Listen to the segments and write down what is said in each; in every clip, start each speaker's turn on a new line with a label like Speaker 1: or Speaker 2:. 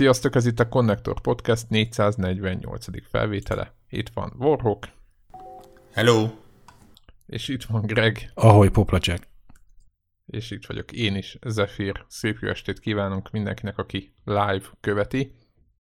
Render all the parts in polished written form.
Speaker 1: Sziasztok, ez itt a Connector Podcast 448. felvétele. Itt van Warhawk.
Speaker 2: Hello!
Speaker 1: És itt van Greg.
Speaker 3: Ahogy poplacsek.
Speaker 1: És itt vagyok én is, Zephyr. Szép jó estét kívánunk mindenkinek, aki live követi.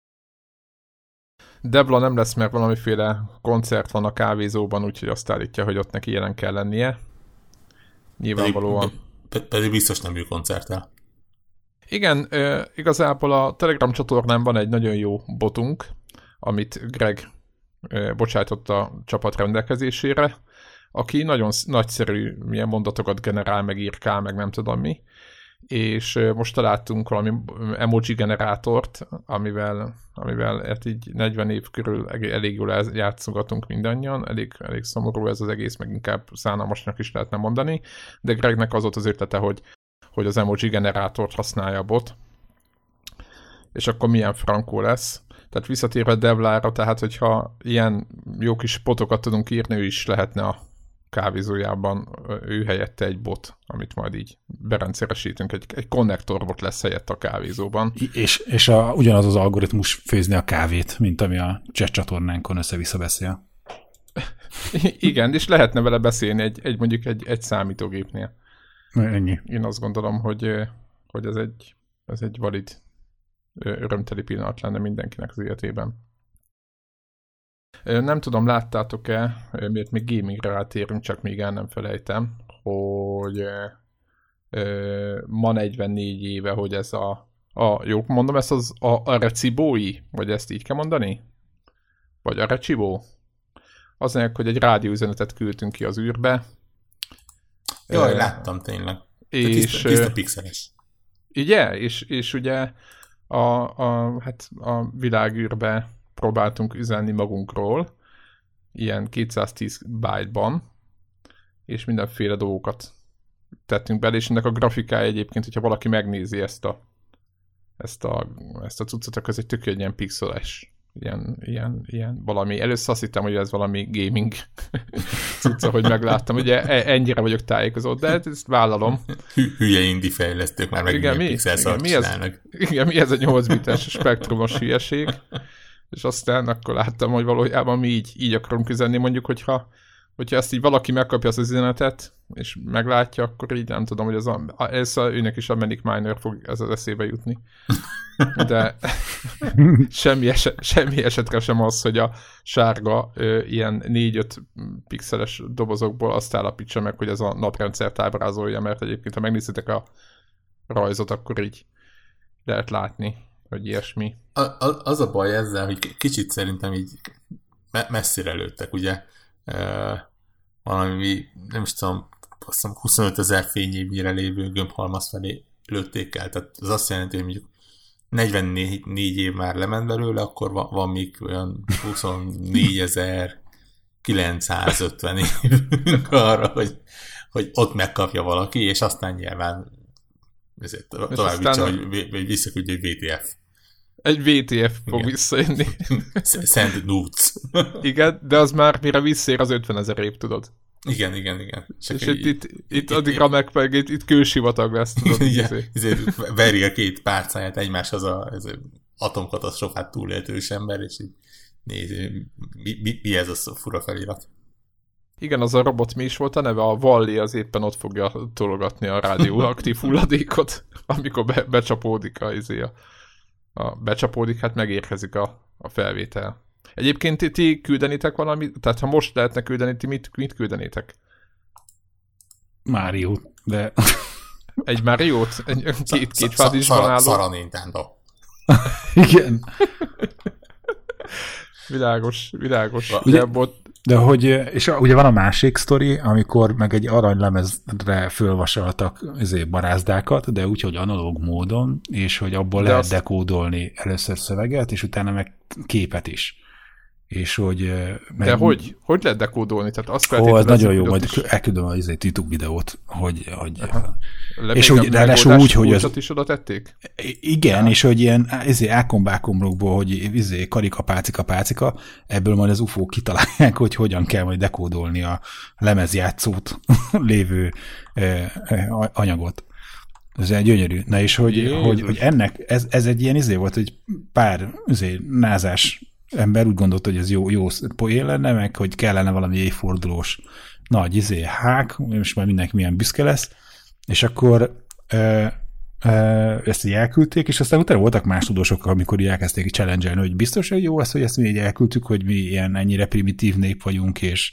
Speaker 1: Debla nem lesz, mert valamiféle koncert van a kávézóban, úgyhogy azt állítja, hogy ott neki jelen kell lennie. Nyilvánvalóan.
Speaker 2: Pedig biztos nem ő koncerttel.
Speaker 1: Igen, igazából a Telegram csatornán van egy nagyon jó botunk, amit Greg bocsájtott a csapat rendelkezésére, aki nagyon nagyszerű milyen mondatokat generál, meg írkál, meg nem tudom mi, és most találtunk valami emoji generátort, amivel hát így 40 év körül elég jól játszogatunk mindannyian, elég szomorú ez az egész, meg inkább szánalmasnak is lehetne mondani, de Gregnek az volt az ötlete, hogy az emoji generátort használja a bot, és akkor milyen frankó lesz. Tehát visszatérve Devlára, tehát hogyha ilyen jó kis potokat tudunk írni, ő is lehetne a kávézójában, ő helyette egy bot, amit majd így berendszeresítünk, egy konnektorbot lesz helyette a kávézóban.
Speaker 3: És ugyanaz az algoritmus főzni a kávét, mint ami a chat csatornánkon össze-vissza beszél.
Speaker 1: Igen, és lehetne vele beszélni mondjuk egy számítógépnél.
Speaker 3: Ennyi.
Speaker 1: Én azt gondolom, hogy ez egy valid örömteli pillanat lenne mindenkinek az életében. Nem tudom, láttátok-e, miért még gamingre rátérünk, csak még el nem felejtem, hogy ma 44 éve, hogy ez jó mondom, ezt a recibói, vagy ezt így kell mondani? Vagy a recibó? Az mondják, hogy egy rádióüzenetet küldtünk ki az űrbe.
Speaker 2: Jaj, láttam tényleg.
Speaker 1: És
Speaker 2: tiszta pixeles.
Speaker 1: Ugye? És ugye a világűrbe próbáltunk üzenni magunkról, ilyen 210 byte-ban, és mindenféle dolgokat tettünk bele, és ennek a grafikája egyébként, hogyha valaki megnézi ezt a cuccot, akkor ez egy tök ilyen pixeles, ilyen valami. Először azt hittem, hogy ez valami gaming cucca, hogy megláttam. Ugye ennyire vagyok tájékozott, de ezt vállalom.
Speaker 2: Hülye indie fejlesztők már meg pixel szart csinálnak.
Speaker 1: Igen, mi ez a 8 bites spektrumos hülyeség? És aztán akkor láttam, hogy valójában mi így akarunk üzenni, mondjuk, hogyha ezt így valaki megkapja az üzenetet, és meglátja, akkor így nem tudom, hogy ez őnek is a Manic Miner fog ez az eszébe jutni. De semmi esetre sem az, hogy a sárga ilyen 4-5 pixeles dobozokból azt állapítsa meg, hogy ez a naprendszert ábrázolja, mert egyébként, ha megnézitek a rajzot, akkor így lehet látni, hogy ilyesmi.
Speaker 2: Az a baj ezzel, hogy kicsit szerintem így messzire lőttek, ugye? Valami, nem is tudom, azt hiszem 25 000 fényévnyire lévő gömbhalmaz felé lőtték el. Tehát az azt jelenti, hogy mondjuk 44 év már lement belőle, akkor van még olyan 24.950 évünk arra, hogy ott megkapja valaki, és aztán nyilván továbbítsa, hogy visszaküldje egy VTF.
Speaker 1: Egy VTF fog visszajönni.
Speaker 2: Send notes.
Speaker 1: Igen, de az már mire visszér az 50 000 év, tudod?
Speaker 2: Igen.
Speaker 1: És itt addigra meg itt kősivatag lesz, tudod?
Speaker 2: Veri a két párcáját egymáshoz az atomkatasztrófát túléltős ember, és így nézi, mi ez a fura felirat.
Speaker 1: Igen, az a robot mi is volt a neve? A Wall-E az éppen ott fogja tologatni a rádióaktív hulladékot, amikor becsapódik becsapódik, hát megérkezik a felvétel. Egyébként ti küldenitek valamit? Tehát ha most lehetne küldeni, ti mit küldenétek?
Speaker 3: Máriót, de...
Speaker 1: Egy Máriót? Két fázisban álló?
Speaker 2: Szara Nintendo.
Speaker 3: Igen.
Speaker 1: Világos.
Speaker 3: De hogy, és ugye van a másik sztori, amikor meg egy aranylemezre fölvasaltak barázdákat, de úgy, hogy analóg módon, és hogy abból lehet dekódolni először szöveget, és utána meg képet is. És hogy...
Speaker 1: De hogy lehet dekódolni? Tehát azt
Speaker 3: ez nagyon jó, majd elküldöm a YouTube videót, hogy
Speaker 1: és hogy ráadásul úgy, hogy az... is oda tették?
Speaker 3: Igen, és hogy ilyen ákombákomrokból, hogy karika-pácika, ebből majd az UFO kitalálják, hogy hogyan kell majd dekódolni a lemezjátszót lévő anyagot. Ez egy gyönyörű. Na és hogy ennek, ez egy ilyen volt, hogy pár názás ember úgy gondolta, hogy ez jó poén lenne, meg hogy kellene valami évfordulós nagy hák, most már mindenki milyen büszke lesz, és akkor ezt így elküldték, és aztán utána voltak más tudósok, amikor így elkezdték challenge-elni, hogy biztos, hogy jó lesz, hogy ezt mi így elküldtük, hogy mi ilyen ennyire primitív nép vagyunk, és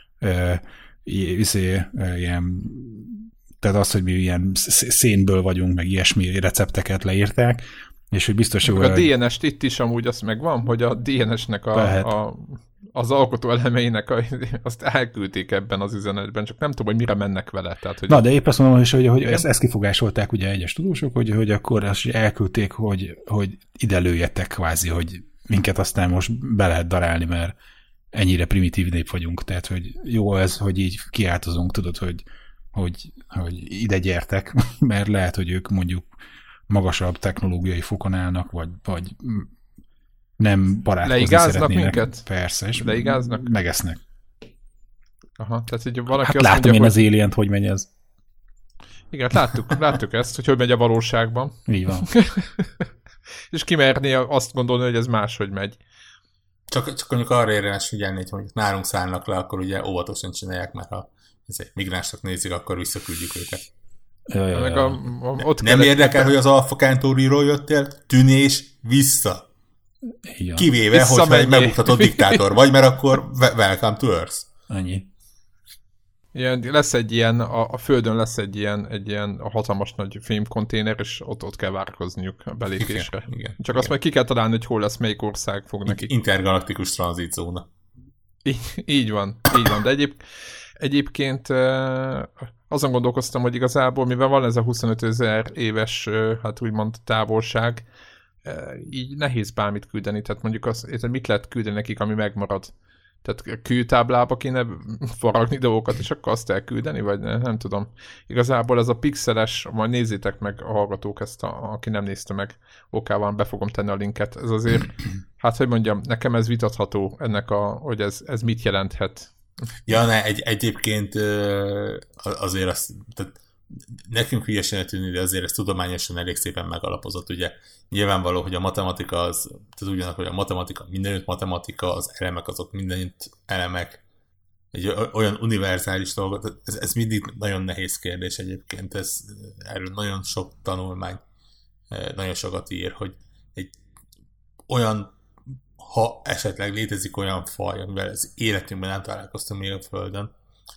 Speaker 3: ilyen, tehát az, hogy mi ilyen szénből vagyunk, meg ilyesmi recepteket leírták, és hogy biztos, hogy...
Speaker 1: A DNS-t itt is amúgy az megvan, hogy a DNS-nek az alkotó elemeinek azt elküldték ebben az üzenetben, csak nem tudom, hogy mire mennek vele. Tehát, hogy
Speaker 3: de épp azt mondom, hogy ezt kifogásolták ugye egyes tudósok, hogy akkor azt elküldték, hogy ide lőjetek kvázi, hogy minket aztán most be lehet darálni, mert ennyire primitív nép vagyunk. Tehát, hogy jó ez, hogy így kiáltozunk, tudod, hogy ide gyertek, mert lehet, hogy ők mondjuk magasabb technológiai fokon állnak, vagy nem barátkozni szeretnének.
Speaker 1: Minket?
Speaker 3: Persze, és
Speaker 1: leigáznak?
Speaker 3: Megesznek.
Speaker 1: Aha, tehát hogy valaki
Speaker 3: hát azt látom mondja, én az Alien-t, hogy megy ez.
Speaker 1: Igen, láttuk ezt, hogy megy a valóságban.
Speaker 3: Így van.
Speaker 1: És kimerni azt gondolni, hogy ez máshogy megy.
Speaker 2: Csak mondjuk arra érdemes figyelni, hogy mondjuk nálunk szállnak le, akkor ugye óvatosan csinálják, mert ha migránsok nézik, akkor visszaküldjük őket.
Speaker 1: Ott
Speaker 2: nem érdekel, hogy az Alpha Centauriról jöttél, tűnés vissza.
Speaker 3: Igen.
Speaker 2: Kivéve, hogyha egy megmutatott diktátor vagy, mert akkor welcome to Earth.
Speaker 3: Annyi.
Speaker 1: Igen, lesz egy ilyen, a Földön lesz egy ilyen hatalmas nagy fémkonténer, és ott kell várkozniuk a belépésre.
Speaker 2: Igen,
Speaker 1: Csak azt majd ki kell találni, hogy hol lesz, melyik ország fog neki.
Speaker 2: Intergalaktikus tranzitzóna.
Speaker 1: Így van. De egyébként azon gondolkoztam, hogy igazából, mivel van ez a 25 000 éves, hát úgymond távolság, így nehéz bármit küldeni, tehát mondjuk mit lehet küldeni nekik, ami megmarad. Tehát kőtáblába kéne faragni dolgokat, és akkor azt elküldeni, vagy nem tudom. Igazából ez a pixeles, majd nézzétek meg a hallgatók ezt, aki nem nézte meg, okával be fogom tenni a linket. Ez azért, hát hogy mondjam, nekem ez vitatható ennek hogy ez mit jelenthet.
Speaker 2: Ja, egyébként azért azt, tehát nekünk hülyesen tűnik, de azért ez tudományosan elég szépen megalapozott. Ugye nyilvánvaló, hogy a matematika az, tehát ugyanak, hogy a matematika mindenütt matematika, az elemek azok mindenütt elemek, egy olyan univerzális dolgot, ez mindig nagyon nehéz kérdés egyébként, erről nagyon sok tanulmány nagyon sokat ír, hogy egy olyan, ha esetleg létezik olyan faj, amivel az életünkben nem találkoztunk még a Földön,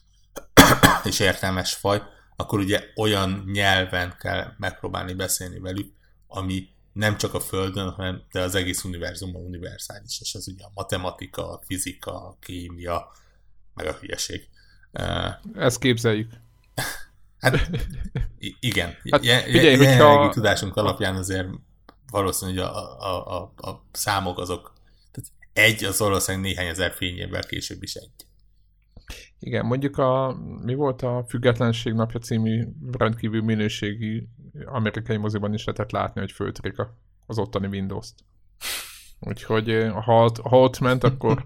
Speaker 2: és értelmes faj, akkor ugye olyan nyelven kell megpróbálni beszélni velük, ami nem csak a Földön, hanem de az egész univerzumban univerzális, és ez ugye a matematika, a fizika, a kémia, meg a hülyeség.
Speaker 1: Ezt képzeljük.
Speaker 2: Hát igen.
Speaker 1: Figyelj,
Speaker 2: hogyha tudásunk alapján azért valószínűleg a számok azok, tehát egy az valószínűleg néhány ezer fényévvel később is egy.
Speaker 1: Igen, mondjuk mi volt a Függetlenség napja című rendkívül minőségi amerikai moziban is lehetett látni, hogy föltörik az ottani Windows-t. Úgyhogy ha ott ment,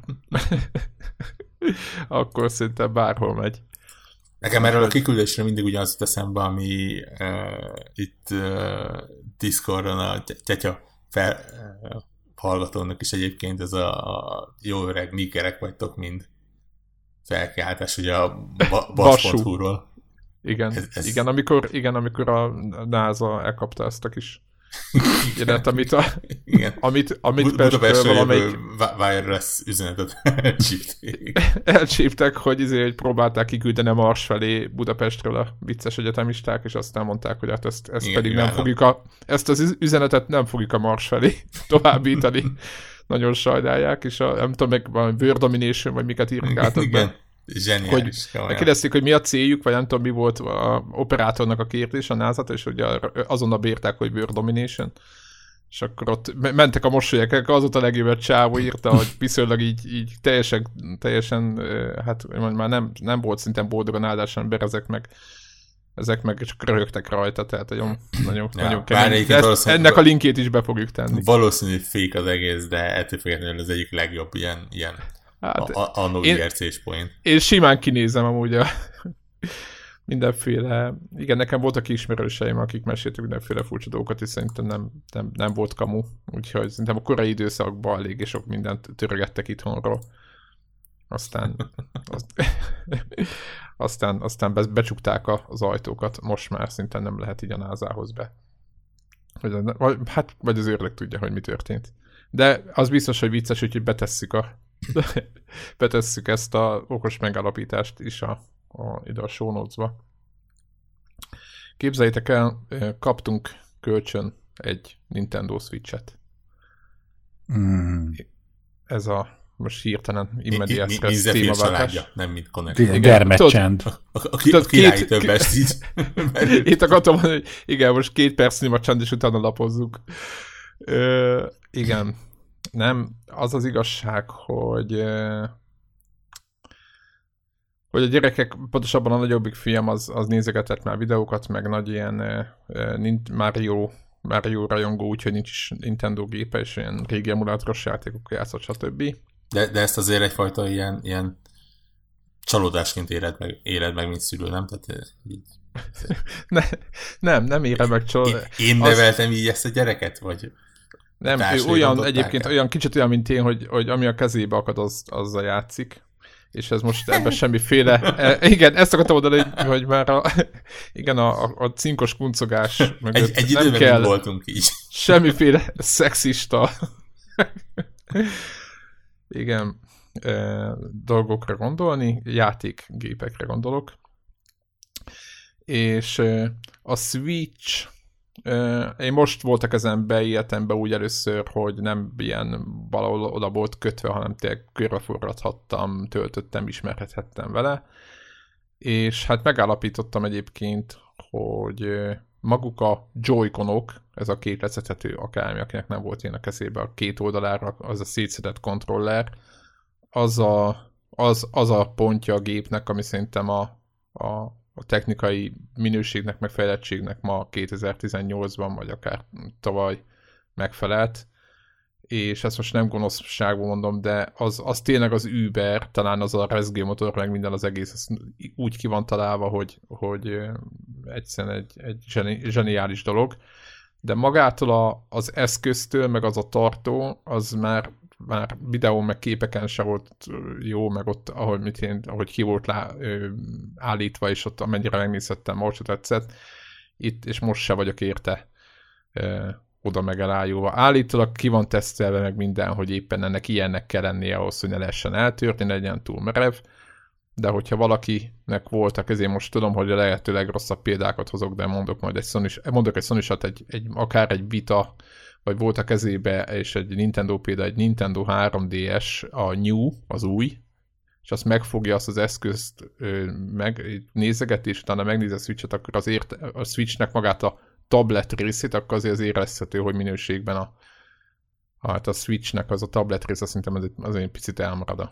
Speaker 1: akkor szerintem bárhol megy.
Speaker 2: Nekem erről a kiküldésre mindig ugyanaz jut eszembe, ami itt Discordon a Tetya hallgatónak is egyébként ez a jó öreg nigerek vagytok mind felkiáltás, ugye a Bass.hu-ról.
Speaker 1: Igen, amikor a NASA elkapta ezt a kis üzenet, amit Pestről valamelyik
Speaker 2: wireless üzenetet
Speaker 1: elcsíptek, hogy próbálták kiküldeni a Mars felé Budapestről a vicces egyetemisták, és aztán mondták, hogy hát ezt igen, pedig nem fogjuk ezt az üzenetet nem fogjuk a Mars felé továbbítani. Nagyon sajnálják, és nem tudom, meg valami Word Domination, vagy miket írkáltak be.
Speaker 2: Zseniális.
Speaker 1: Kérdezték, hogy mi a céljuk, vagy nem tudom, mi volt a operátornak a kérdés a NASA-t, és ugye azonnal bírták, hogy Word Domination. És akkor ott mentek a mosolyek, az ott a legjobb csávó írta, hogy viszonylag így teljesen hát már nem volt szinten boldogan áldásan, mert ezek meg csak röhögtek rajta, tehát nagyon kemény. Ennek a linkjét is be fogjuk tenni.
Speaker 2: Valószínű fake az egész, de ettől függetlenül az egyik legjobb ilyen annó IRC-s poén.
Speaker 1: Én simán kinézem amúgy mindenféle, igen, nekem voltak ismerőseim, akik meséltek mindenféle furcsa dolgokat, és szerintem nem volt kamu, úgyhogy szerintem a korai időszakban eléggé sok mindent törögettek itthonról. Aztán becsukták az ajtókat, most már szinte nem lehet így a názához be. Vagy az őrlek tudja, hogy mi történt. De az biztos, hogy vicces, úgyhogy betesszük ezt a okos megállapítást is ide a show notes-ba. Képzeljétek el, kaptunk kölcsön egy Nintendo Switch-et. Ez most hirtelen immediate témaváltás.
Speaker 2: Nem mint Connect.
Speaker 3: Dermedcsend.
Speaker 2: A királyi többest így.
Speaker 1: Itt akartam mondani, hogy igen, most 2 percnyi a csend, és utána lapozzuk. Igen. Nem, az az igazság, hogy a gyerekek, pontosabban a nagyobbik fiam az nézegetett már videókat, meg nagy ilyen Mario rajongó, úgyhogy nincs is Nintendo gépe, és ilyen régi emulátoros játékok játszott, stb.
Speaker 2: De ezt azért egyfajta ilyen csalódásként éled meg, mint szülő, nem? Tehát így...
Speaker 1: nem éled meg csalódásként.
Speaker 2: Én neveltem így ezt a gyereket, vagy...
Speaker 1: Nem, ő olyan egyébként, kicsit olyan, mint én, hogy ami a kezébe akad, azzal játszik. És ez most ebben semmiféle... igen, ezt akartam mondani, hogy már a cinkos kuncogás mögött
Speaker 2: egy nem kell voltunk így.
Speaker 1: Semmiféle szexista igen, dolgokra gondolni, játékgépekre gondolok. És a Switch... Én most voltak ezen beilletembe úgy először, hogy nem ilyen valahol oda volt kötve, hanem tényleg körbeforgathattam, töltöttem, ismerhettem vele. És hát megállapítottam egyébként, hogy maguk a Joy-Conok, ez a 2 leszerelhető akármi, akinek nem volt ilyen a kezébe a 2 oldalára, az a szétszedett kontroller, az a pontja a gépnek, ami szerintem a technikai minőségnek, meg fejlettségnek ma 2018-ban, vagy akár tavaly megfelelt. És ezt most nem gonoszságban mondom, de az tényleg az Uber, talán az a rezgő motor, meg minden az egész, az úgy ki van találva, hogy egyszerűen egy zseniális dolog. De magától az eszköztől, meg az a tartó, az már videó, meg képeken se volt jó, meg ott, ahogy ki volt állítva, és ott amennyire megnézhettem, most se tetszett. Itt, és most se vagyok érte oda meg elájulva. Állítólag ki van tesztelve meg minden, hogy éppen ennek ilyennek kell lennie ahhoz, hogy ne lehessen eltörni, ne legyen túl merev. De hogyha valakinek voltak, ezért most tudom, hogy a lehető legrosszabb példákat hozok, de mondok egy Sony-sat, akár egy Vita, vagy volt a kezébe, és egy Nintendo például, egy Nintendo 3DS, a New, az új, és azt megfogja azt az eszközt, nézegeti, és utána megnézi a Switch-et, akkor azért a Switch-nek magát a tablet részét, akkor azért az érezhető, hogy minőségben a Switch-nek az a tablet része szerintem azért picit elmarad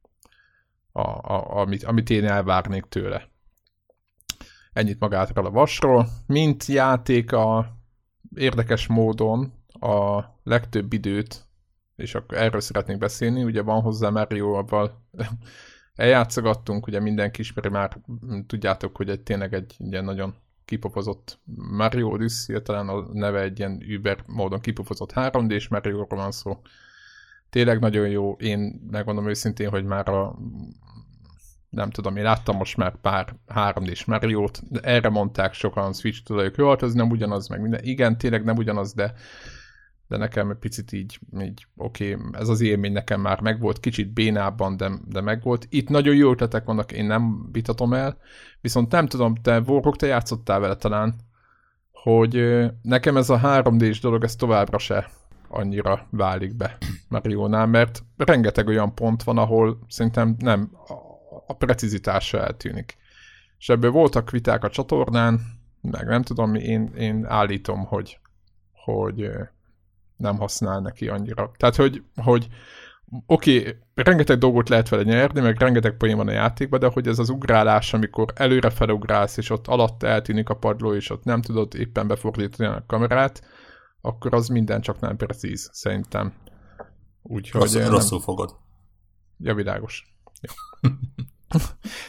Speaker 1: amit én elvárnék tőle. Ennyit magátról a vasról. Mint játék érdekes módon a legtöbb időt, és akkor erről szeretnék beszélni, ugye van hozzá Mario-val eljátszogattunk, ugye mindenki ismeri már, tudjátok, hogy tényleg egy ilyen nagyon kipofozott Mario Odyssey, talán a neve egy ilyen Uber módon kipofozott 3D-s Mario-ról van szó. Tényleg nagyon jó, én megmondom őszintén, hogy már nem tudom, én láttam most már pár 3D-s Mario-t, de erre mondták sokan Switch-től, hogy jó, az nem ugyanaz, meg minden. Igen, tényleg nem ugyanaz, de nekem egy picit így oké, ez az élmény nekem már megvolt, kicsit bénábban, de megvolt. Itt nagyon jó ötletek vannak, én nem vitatom el, viszont nem tudom, te játszottál vele talán, hogy nekem ez a 3D-s dolog, ez továbbra se annyira válik be Mario-nál, mert rengeteg olyan pont van, ahol szerintem nem a precizitása eltűnik. És ebből voltak viták a csatornán, meg nem tudom, én állítom, hogy nem használ neki annyira. Tehát, hogy oké, rengeteg dolgot lehet vele nyerni, meg rengeteg poén van a játékban, de hogy ez az ugrálás, amikor előre felugrálsz, és ott alatt eltűnik a padló, és ott nem tudod éppen befordítani a kamerát, akkor az minden csak nem precíz, szerintem. Úgyhogy...
Speaker 2: Rosszul fogod.
Speaker 1: Ja, világos. Ja.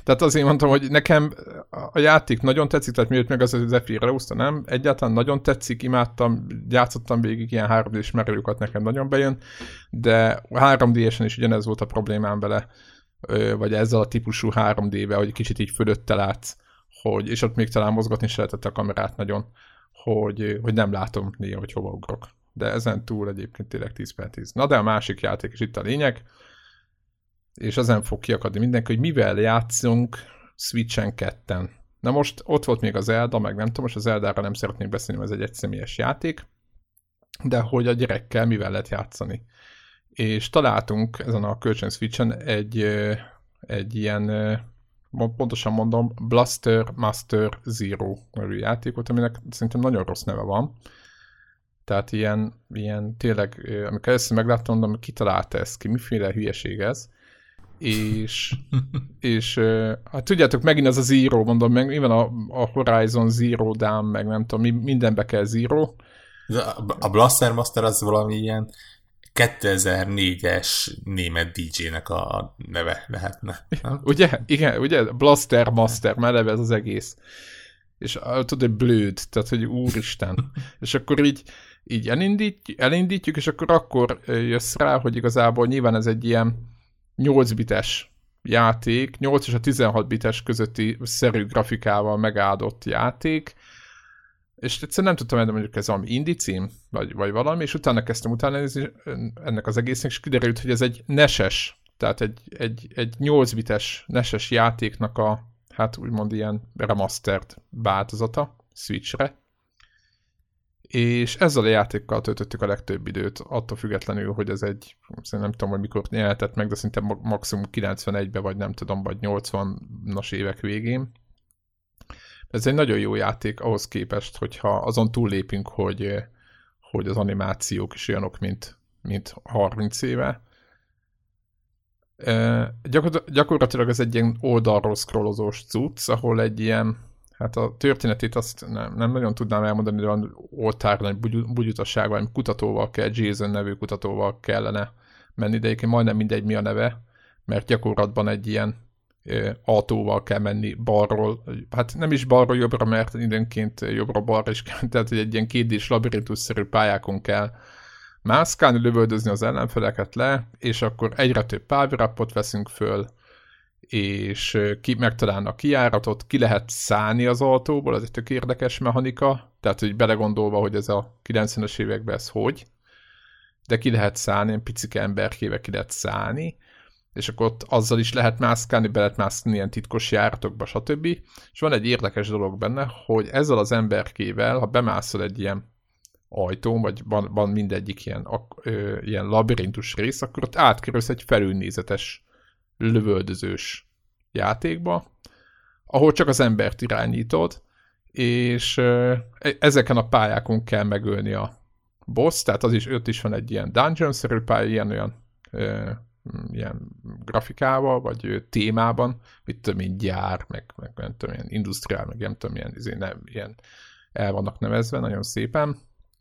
Speaker 1: Tehát azért mondtam, hogy nekem a játék nagyon tetszik, tehát miért meg az Zephyr Reusza, nem? Egyáltalán nagyon tetszik, imádtam, játszottam végig ilyen 3D-s Mariokat, nekem nagyon bejön, de 3D-esen is ugyanez volt a problémám vele, vagy ezzel a típusú 3D-vel, hogy kicsit így fölötte látsz, és ott még talán mozgatni se lehetett a kamerát nagyon, hogy nem látom néha, hogy hova ugrok. De ezen túl egyébként tényleg 10/10. Na de a másik játék is itt a lényeg, és ezen fog kiakadni mindenki, hogy mivel játszunk Switchen 2-en. Na most ott volt még az Zelda, meg nem tudom, most az Zeldára nem szeretnék beszélni, mert ez egy egyszemélyes játék, de hogy a gyerekkel mivel lehet játszani. És találtunk ezen a kölcsön Switchen egy ilyen, pontosan mondom, Blaster Master Zero nevű játékot, aminek szerintem nagyon rossz neve van. Tehát ilyen tényleg, amikor először megláttam, mondom, ki találta ezt ki, miféle hülyeség ez. És hát tudjátok, megint az a Zero, mondom, meg mi van a Horizon Zero Dawn, meg nem tudom, mindenbe kell Zero.
Speaker 2: A Blaster Master az valami ilyen 2004-es német DJ-nek a neve lehetne.
Speaker 1: Ugye? Igen, ugye? Blaster Master, már neve ez az egész. És tudod, hogy blőd, tehát, hogy úristen. És akkor így elindítjuk, és akkor jössz rá, hogy igazából nyilván ez egy ilyen 8 bites játék, 8 és a 16 bites közötti szerű grafikával megáldott játék, és egyszerűen nem tudtam, hogy mondjuk ez valami indie cím, vagy valami, és utána kezdtem nézni ennek az egésznek, és kiderült, hogy ez egy NES-es, tehát egy 8 bites NES-es játéknak a, hát úgymond ilyen remastered változata Switchre, és ezzel a játékkal töltöttük a legtöbb időt, attól függetlenül, hogy ez egy, nem tudom, hogy mikor jelentetett meg, de szinte maximum 91-ben, vagy nem tudom, vagy 80-as évek végén. Ez egy nagyon jó játék ahhoz képest, hogyha azon túllépünk, hogy az animációk is olyanok, mint 30 éve. Gyakorlatilag ez egy ilyen oldalról scrollozós cucc, ahol egy ilyen, hát a történetét azt nem nagyon tudnám elmondani, de van oltárban egy bugyutasság, vagy kutatóval kell, Jason nevű kutatóval kellene menni, de egyébként majdnem mindegy mi a neve, mert gyakorlatban egy ilyen autóval kell menni balról, hát nem is balról jobbra, mert időnként jobbra-balra is kell, tehát egy ilyen 2D-s labirintusszerű pályákon kell mászkálni, lövöldözni az ellenfeleket le, és akkor egyre több power-upot veszünk föl, és megtalálni a kijáratot, ki lehet szállni az autóból, ez egy tök érdekes mechanika, tehát hogy belegondolva, hogy ez a 90-es években ez hogy, de ki lehet szállni, picike emberkével ki lehet szállni, és akkor ott azzal is lehet mászkálni, be lehet mászkálni ilyen titkos járatokba, stb. És van egy érdekes dolog benne, hogy ezzel az emberkével, ha bemászol egy ilyen ajtón, vagy van mindegyik ilyen labirintus rész, akkor ott átkerülsz egy felülnézetes lövöldözős játékba, ahol csak az embert irányítod, és ezeken a pályákon kell megölni a boss, tehát ott is van egy ilyen dungeon-szerű pálya, ilyen grafikával, vagy témában, mit tudom én, gyár, meg nem tudom, ilyen industriál, meg nem tudom, ilyen el vannak nevezve, nagyon szépen.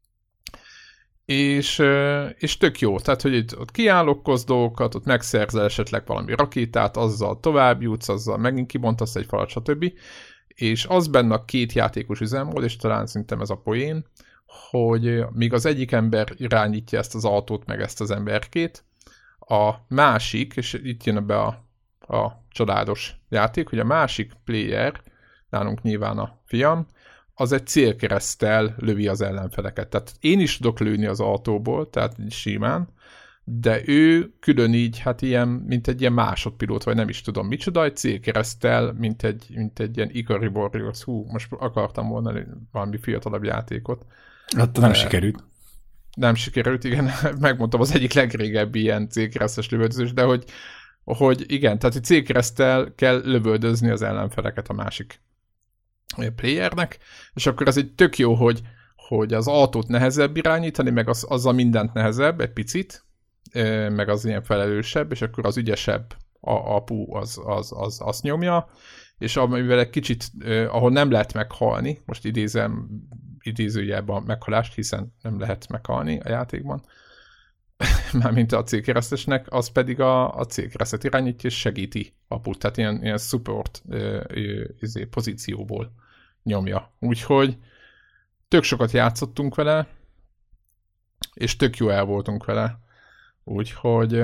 Speaker 1: És tök jó, tehát, hogy ott kiállokkozz dolgokat, ott megszerzel esetleg valami rakétát, azzal tovább jutsz, azzal megint kibontasz egy falat, stb. És az benne a két játékos üzemmód, és talán szerintem ez a poén, hogy míg az egyik ember irányítja ezt az autót, meg ezt az emberkét, a másik, és itt jön be a csodálatos játék, hogy a másik player, nálunk nyilván a fiam, az egy célkereszttel lövi az ellenfeleket. Tehát én is tudok lőni az autóból, tehát simán, de ő külön így, hát ilyen, mint egy ilyen másodpilót, vagy nem is tudom micsoda, egy célkereszttel, mint egy ilyen Ikari Warriors. Most akartam volna valami fiatalabb játékot.
Speaker 3: Hát nem sikerült.
Speaker 1: Nem sikerült, igen. Megmondtam, az egyik legrégebbi ilyen célkeresztes lövöldözés, de hogy igen, tehát egy célkereszttel kell lövöldözni az ellenfeleket a másik playernek, és akkor ez egy tök jó, hogy az autót nehezebb irányítani, meg azzal mindent nehezebb, egy picit, meg az ilyen felelősebb, és akkor az ügyesebb apu az nyomja, és amivel egy kicsit, ahol nem lehet meghalni, most idézőjelben a meghalást, hiszen nem lehet meghalni a játékban, mármint a célkeresztesnek, az pedig a célkeresztet irányítja és segíti aput, tehát ilyen support pozícióból nyomja. Úgyhogy tök sokat játszottunk vele, és tök jó el voltunk vele. Úgyhogy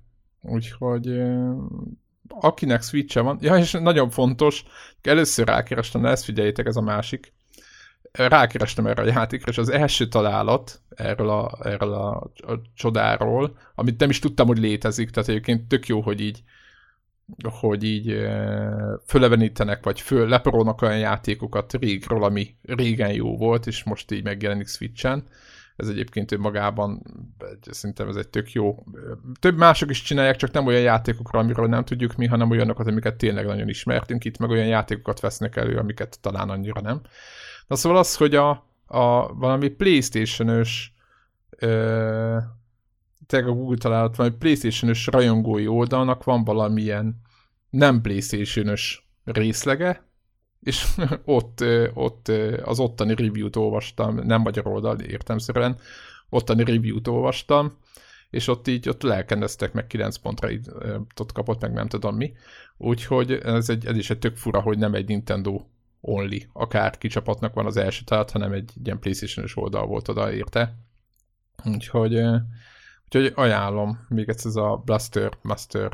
Speaker 1: akinek Switch-e van, ja, és nagyon fontos, először rákerestem, ezt figyeljétek, ez a másik, rákerestem erre a játékra, és az első találat erről a csodáról, amit nem is tudtam, hogy létezik, tehát egyébként tök jó, hogy így fölevenítenek, vagy leporolnak olyan játékokat régről, ami régen jó volt, és most így megjelenik Switchen. Ez egyébként önmagában, szerintem ez egy tök jó. Több mások is csinálják, csak nem olyan játékokra, amiről nem tudjuk mi, hanem olyanokat, amiket tényleg nagyon ismertünk itt, meg olyan játékokat vesznek elő, amiket talán annyira nem. Na szóval az, hogy a valami PlayStation-ös tényleg a Google találat, valami PlayStation-ös rajongói oldalnak van valamilyen nem PlayStation-ös részlege, és ott az ottani review-t olvastam, nem magyar oldal értelemszerűen, ottani review-t olvastam, és ott lelkendeztek, meg 9 pontra ott kapott, meg nem tudom mi. Úgyhogy ez is egy tök fura, hogy nem egy Nintendo only, akár kicsapatnak van az első találat, hanem egy ilyen PlayStation-ös oldal volt oda érte. Úgyhogy ajánlom, még egyszer ez a Blaster Master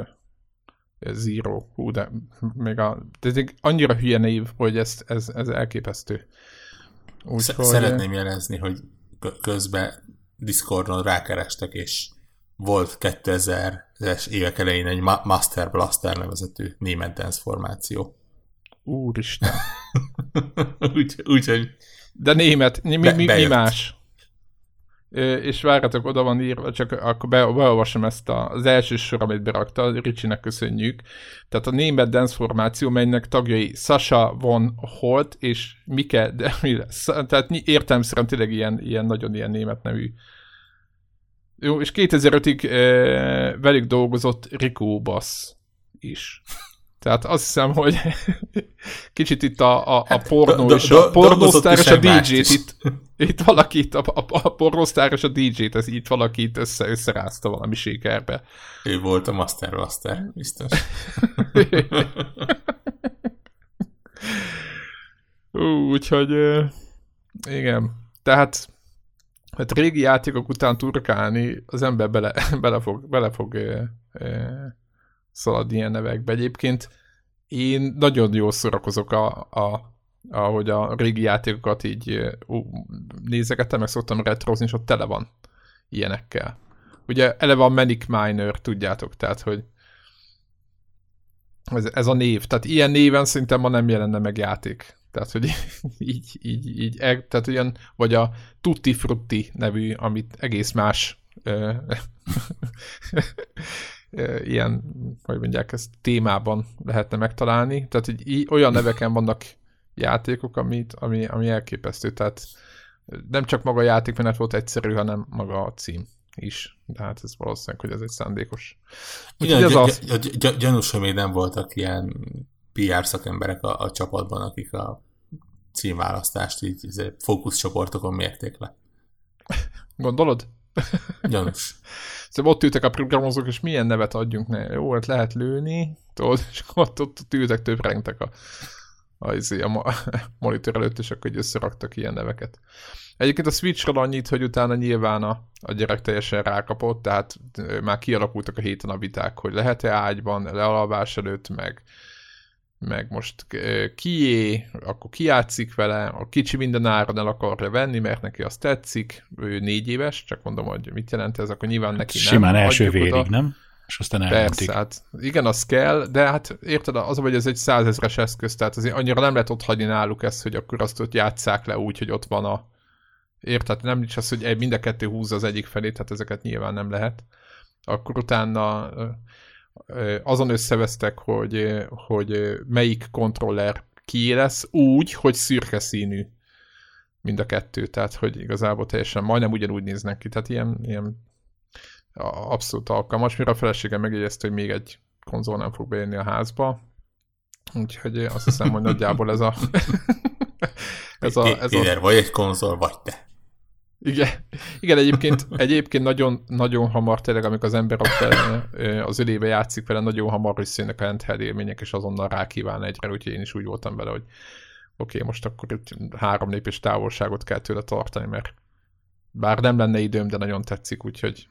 Speaker 1: Zero. Hú, de még ez egy annyira hülye név, hogy ez elképesztő.
Speaker 2: Szeretném jelezni, hogy közben Discordon rákerestek, és volt 2000-es évek elején egy Master Blaster nevezetű német dance formáció.
Speaker 1: Úristen.
Speaker 2: Úgyhogy...
Speaker 1: De német, mi más? És várjatok, oda van írva, csak akkor beolvasom ezt az első sor, amit berakta, Ricsinek köszönjük. Tehát a német dance formáció, melynek tagjai Sasha von Holt és Mike, de mi lesz? Tehát értelemszerűen tényleg ilyen nagyon ilyen német nevű. Jó, és 2005-ig velük dolgozott Rico Bass is. Tehát azt hiszem, hogy kicsit itt a pornó és a pornósztár és a DJ-t itt valaki, a pornósztár és a DJ-t, ez itt valaki itt összerázta valami sikerbe.
Speaker 2: Ő volt a Master Blaster, biztos.
Speaker 1: Úgyhogy igen. Tehát régi játékok után turkálni az ember bele fog szaladni ilyen nevekbe. Egyébként én nagyon jól szórakozok, ahogy a régi játékokat így nézegettem, meg szoktam retrozni, és ott tele van ilyenekkel. Ugye eleve a Manic Miner, tudjátok, tehát, hogy ez a név. Tehát ilyen néven szerintem ma nem jelenne meg játék. Tehát, hogy így tehát olyan, vagy a Tutti Frutti nevű, amit egész más ilyen, hogy mondják, ezt témában lehetne megtalálni. Tehát így olyan neveken vannak játékok, ami elképesztő. Tehát nem csak maga a játékmenet volt egyszerű, hanem maga a cím is. De hát ez valószínűleg, hogy ez egy szándékos.
Speaker 2: Igen, gyanús, hogy még nem voltak ilyen PR szakemberek a csapatban, akik a címválasztást így fókuszcsoportokon mérték le.
Speaker 1: Gondolod?
Speaker 2: Gyanús.
Speaker 1: Szóval ott ültek a programozók, és milyen nevet adjunk ne? Jó, hát lehet lőni, tudod, és ott ültek, töprengtek a monitor előtt, és akkor összeraktak ilyen neveket. Egyébként a Switchről annyit, hogy utána nyilván a gyerek teljesen rákapott, tehát már kialakultak a héten a viták, hogy lehet-e ágyban, lealvás előtt, meg most kié, akkor kijátszik vele, a kicsi minden áron el akarja venni, mert neki azt tetszik, ő 4 éves, csak mondom, hogy mit jelent ez, akkor nyilván neki nem.
Speaker 3: Simán első vérig, oda. Nem? És aztán elmentik.
Speaker 1: Persze, hát igen, az kell, de hát érted, az, hogy ez egy 100 000-es eszköz, tehát azért annyira nem lehet ott hagyni náluk ezt, hogy akkor azt ott játsszák le úgy, hogy ott van érted, nem is az, hogy mind a kettő húzza az egyik felét, hát ezeket nyilván nem lehet. Akkor utána azon összevesztek, hogy melyik kontroller kié lesz úgy, hogy szürke színű mind a kettő, tehát hogy igazából teljesen majdnem ugyanúgy néznek ki, tehát ilyen abszolút alkalmas, mire a feleségem megjegyezte, hogy még egy konzol nem fog bejönni a házba, úgyhogy azt hiszem, hogy nagyjából ez a
Speaker 2: Péter, vagy egy konzol, vagy te.
Speaker 1: Igen, egyébként nagyon, nagyon hamar tényleg, amikor az ember az ölébe játszik vele, nagyon hamar összejönnek a handheld élmények, és azonnal rákíván egyre, úgyhogy én is úgy voltam vele, hogy oké, most akkor itt 3 lépés távolságot kell tőle tartani, mert bár nem lenne időm, de nagyon tetszik, úgyhogy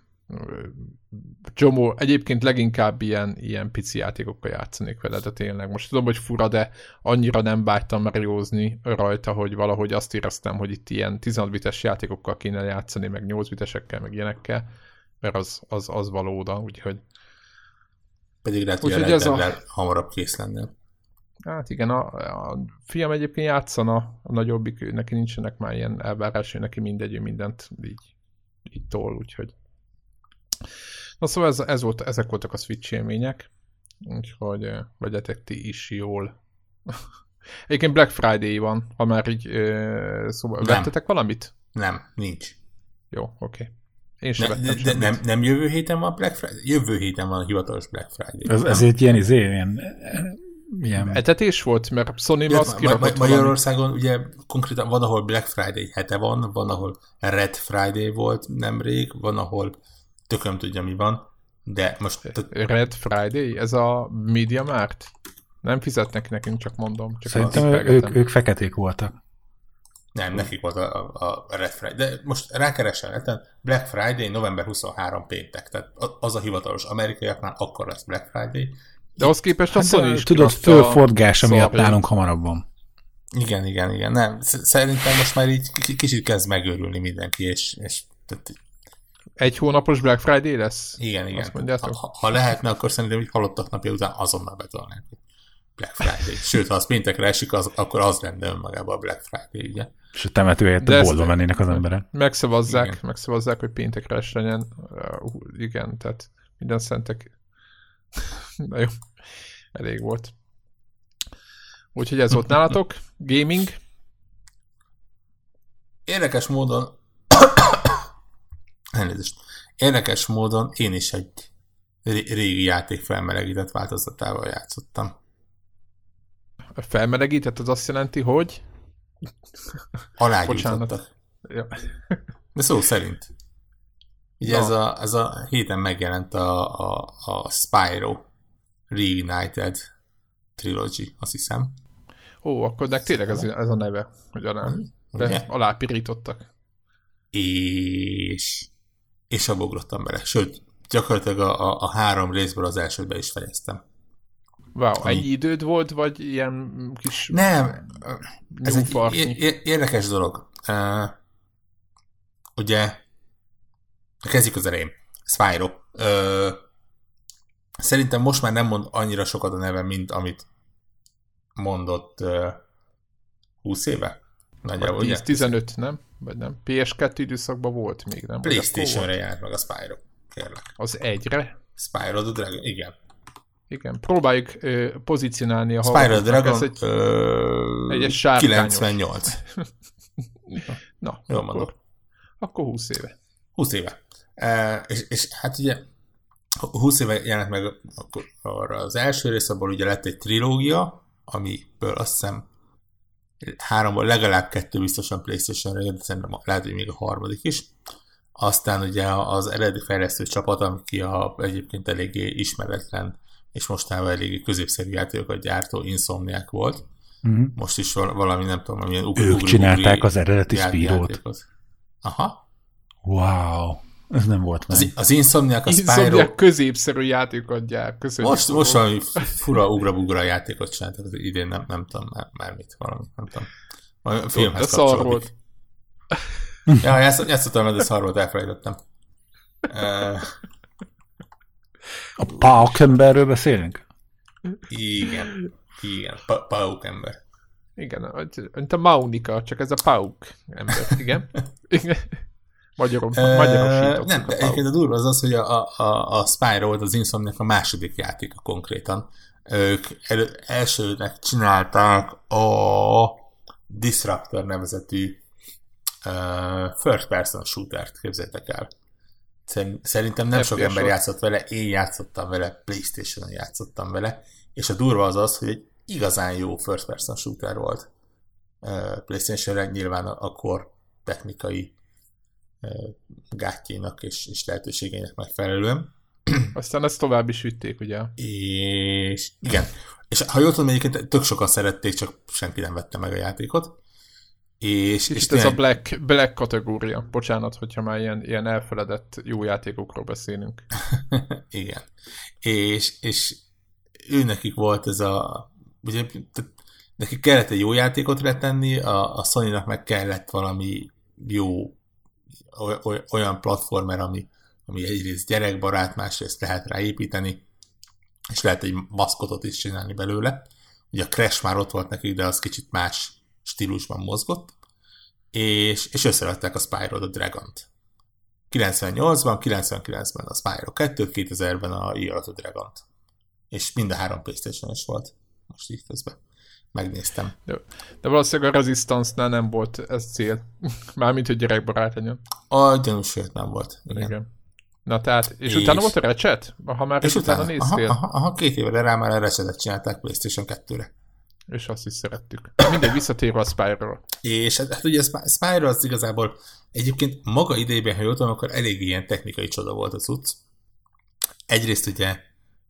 Speaker 1: csomó, egyébként leginkább ilyen pici játékokkal játszanék vele, de tényleg most tudom, hogy fura, de annyira nem vágytam Mariózni rajta, hogy valahogy azt éreztem, hogy itt ilyen 16 bites játékokkal kéne játszani, meg 8 bitesekkel, meg ilyenekkel, mert az való oda, úgyhogy
Speaker 2: pedig lehet, hogy lehetne hamarabb kész lennél.
Speaker 1: Hát igen, a fiam egyébként játszana, a nagyobbik, neki nincsenek már ilyen elvárásai, neki mindegy, mindent így tol, úgyhogy na szóval ezek voltak a Switch élmények, úgyhogy vegyetek ti is jól. Egyébként Black Friday van, ha már így szóval vettetek valamit?
Speaker 2: Nem, nincs.
Speaker 1: Jó, oké. Én sem vettem
Speaker 2: semmit. Nem jövő héten van Black Friday? Jövő héten van a hivatalos Black Friday.
Speaker 3: Ez egy ilyen
Speaker 1: etetés volt, mert Sony azt kirakott
Speaker 2: Magyarországon ugye konkrétan van, ahol Black Friday hete van ahol Red Friday volt nemrég, van, ahol tököm tudja, mi van, de most...
Speaker 1: Red Friday? Ez a MediaMarkt? Nem fizetnek nekünk, csak mondom. Csak
Speaker 3: szerintem ők feketék voltak.
Speaker 2: Nem, nekik volt a Red Friday. De most rákeresel, Black Friday november 23 péntek, tehát az a hivatalos amerikaiaknál akkor lesz Black Friday.
Speaker 1: De ahhoz képest a Sony is
Speaker 3: tudod, fölforgása miatt nálunk hamarabb van.
Speaker 2: Igen. Nem, szerintem most már így kicsit kezd megőrülni mindenki, és tehát,
Speaker 1: egy hónapos Black Friday lesz?
Speaker 2: Igen. Ha lehetne, akkor szerintem, hogy halottak napja után azonnal betolnánk Black Friday. Sőt, ha az péntekre esik, akkor az lenne önmagában a Black Friday, ugye?
Speaker 3: És a temető helyett a boltba mennének az emberek.
Speaker 1: Megszavazzák, hogy péntekre es legyen. Igen, tehát minden szentek. Na jó, elég volt. Úgyhogy ez volt nálatok. Gaming.
Speaker 2: Érdekes módon én is egy régi játék felmelegített változatával játszottam.
Speaker 1: A felmelegített az azt jelenti, hogy?
Speaker 2: Alágyújtottak. Ja. De szó szerint. Ugye ez a héten megjelent a Spyro Reignited Trilogy, azt hiszem.
Speaker 1: Ó, akkor de tényleg ez a neve, hogy alápirítottak.
Speaker 2: És abba ugrottam bele. Sőt, gyakorlatilag a 3 részből az elsőbe is fejeztem.
Speaker 1: Wow, egy időd volt, vagy ilyen kis...
Speaker 2: Nem, ez egy érdekes dolog. Ugye, kezdjük az elején. Spyro. Szerintem most már nem mond annyira sokat a neve, mint amit mondott 20 éve.
Speaker 1: Nagyjából, 10-15, nem? Vagy nem? PS2 időszakban volt még, nem?
Speaker 2: PlayStation-re járt meg a Spyro. Kérlek.
Speaker 1: Az 1-re?
Speaker 2: Spyro the Dragon, igen.
Speaker 1: Igen, próbáljuk pozícionálni a
Speaker 2: Spyro the Dragon
Speaker 1: egy
Speaker 2: 98.
Speaker 1: Na,
Speaker 2: jól mondom.
Speaker 1: Akkor 20 éve.
Speaker 2: 20 éve. És hát ugye 20 éve jelent meg arra az első rész, abból ugye lett egy trilógia, amiből azt hiszem 3-ból legalább 2 biztosan PlayStation-re jött, de szerintem lehet, hogy még a 3. is. Aztán ugye az eredeti fejlesztő csapat, aki egyébként eléggé ismeretlen, és mostában eléggé középszerű játékokat gyártó Insomniac volt. Mm-hmm. Most is valami, nem tudom, amilyen
Speaker 3: ők csinálták az eredeti Spyro-t.
Speaker 2: Aha.
Speaker 3: Wow. Ez nem volt meg.
Speaker 2: Az Insomniac, a Spyro...
Speaker 1: Insomniac középszerű játékot gyár.
Speaker 2: Most valami fura ugra-bugra játékot csináltak, az idén nem tudom már mit, valami, nem tudom. Valami filmhez kapcsolódik. Ja, játszottam, de szar volt, elfelejtettem.
Speaker 3: A Pauk-emberről beszélünk?
Speaker 2: Igen. Pauk-ember.
Speaker 1: Igen, mint a Maunika, csak ez a Pauk-ember. Igen. Magyarosítottuk
Speaker 2: nem, de egyébként a durva az, hogy a Spyro volt az Insomniac a második játéka konkrétan. Ők elsőnek csinálták a Disruptor nevezetű first person shootert, képzeljétek el. Szerintem nem sok ember játszott vele, én játszottam vele, PlayStation-on játszottam vele, és a durva az, hogy egy igazán jó first person shooter volt. PlayStation-re nyilván akkor technikai gátjénak és lehetőségeinek megfelelően.
Speaker 1: Aztán ezt tovább is vitték, ugye?
Speaker 2: És igen. És ha jól tudom, egyébként tök sokan szerették, csak senki nem vette meg a játékot. És
Speaker 1: ez a black kategória. Bocsánat, hogyha már ilyen elfeledett jó játékokról beszélünk.
Speaker 2: Igen. És ő nekik volt ez ugye, nekik kellett egy jó játékot letenni, a Sony-nak meg kellett valami jó olyan platformer, ami egyrészt gyerekbarát, másrészt lehet ráépíteni, és lehet egy maszkotot is csinálni belőle. Ugye a Crash már ott volt nekik, de az kicsit más stílusban mozgott, és összerakták a Spyro the Dragon-t. 98-ban, 99-ben a Spyro 2, 2000-ben a Year of the Dragon-t. És mind a 3 PlayStation-es volt. Most így közben megnéztem.
Speaker 1: De valószínűleg a Resistance-nál nem volt ez cél. Mármint, hogy gyerekbarát legyen.
Speaker 2: A gyanúsért nem volt. Igen.
Speaker 1: Na tehát, és utána volt a Ratchet? Ha már és utána néztél?
Speaker 2: Aha, 2 évre rá már a Ratchetet csinálták PlayStation 2-re.
Speaker 1: És azt is szerettük. Mindegy, visszatérve a Spyro-ról.
Speaker 2: És hát ugye a Spyro az igazából egyébként maga idejében, ha jól tudom, akkor elég ilyen technikai csoda volt a cucc. Egyrészt ugye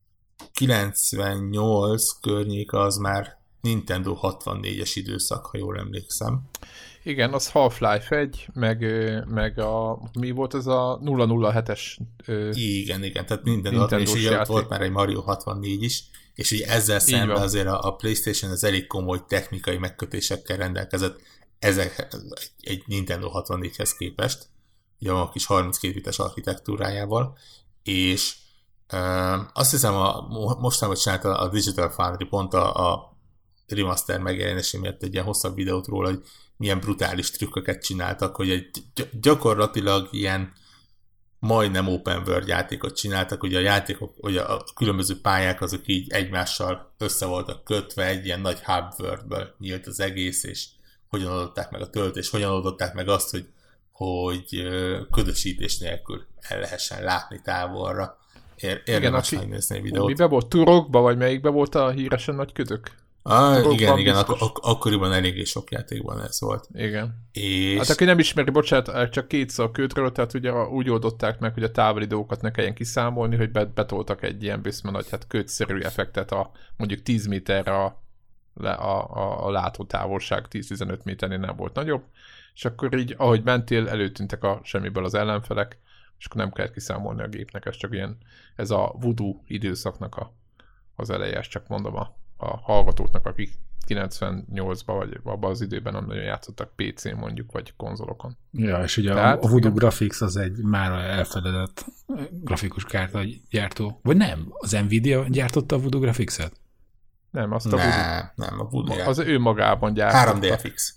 Speaker 2: 98 környék az már Nintendo 64-es időszak, ha jól emlékszem.
Speaker 1: Igen, az Half-Life 1, meg mi volt ez a 007-es
Speaker 2: igen, tehát Nintendo és így volt már egy Mario 64 is, és így ezzel szemben azért a PlayStation az elég komoly technikai megkötésekkel rendelkezett egy Nintendo 64-hez képest, ugye a kis 32 bites architektúrájával, és azt hiszem mostanában csinálta a Digital Foundry pont a remaster megjelenési miatt egy ilyen hosszabb videót róla, hogy milyen brutális trükköket csináltak, hogy gyakorlatilag ilyen majdnem open world játékot csináltak, ugye a játékok, ugye a különböző pályák azok így egymással össze voltak kötve, egy ilyen nagy hub worldből nyílt az egész, és hogyan adották meg a töltést, hogyan adották meg azt, hogy ködösítés nélkül el lehessen látni távolra. Érdemes megnézni a videót.
Speaker 1: Mibe volt? Turokba, vagy melyikbe volt a híresen nagy ködök?
Speaker 2: Igen, akkoriban eléggé sok játékban ez volt.
Speaker 1: Igen. Hát aki nem ismeri, bocsánat, csak 2 szó a ködről, tehát ugye úgy oldották meg, hogy a távoli dolgokat ne kelljen kiszámolni, hogy betoltak egy ilyen bőszben nagy, hát ködszerű effektet mondjuk 10 méterre a látótávolság 10-15 méternél nem volt nagyobb, és akkor így, ahogy mentél, előtűntek a semmiből az ellenfelek, és akkor nem kellett kiszámolni a gépnek, ez a voodoo időszaknak az eleje, csak mondom a hallgatóknak, akik 98-ban vagy abban az időben nem nagyon játszottak PC-n mondjuk, vagy konzolokon.
Speaker 3: Ja, és ugye a Voodoo Graphics az egy már elfedezett grafikus kártya gyártó. Vagy nem? Az Nvidia gyártotta a Voodoo Graphics-et?
Speaker 1: Nem, azt a Voodoo.
Speaker 2: Nem, a Voodoo
Speaker 1: az ő magában gyártotta.
Speaker 2: 3DFX.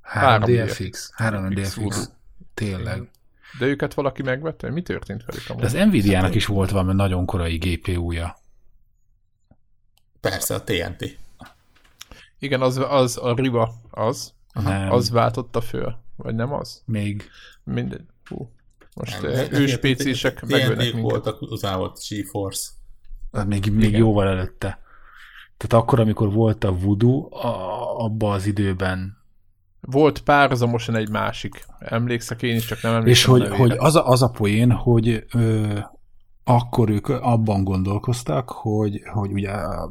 Speaker 3: 3DFX. Tényleg.
Speaker 1: De őket valaki megvette? Mi történt velük?
Speaker 3: De az Nvidia-nak is volt valami nagyon korai GPU-ja.
Speaker 2: Persze, a TNT.
Speaker 1: Igen, az a Riva, az váltotta föl. Vagy nem az?
Speaker 3: Még.
Speaker 1: Mindegy. Most őspécések megölnek minket.
Speaker 2: Voltak, utána volt GeForce.
Speaker 3: Még jóval előtte. Tehát akkor, amikor volt a Voodoo, abban az időben
Speaker 1: volt párhuzamosan egy másik. Emlékszek én is, csak nem emlékszem.
Speaker 3: És hogy az a poén, hogy akkor ők abban gondolkoztak, hogy ugye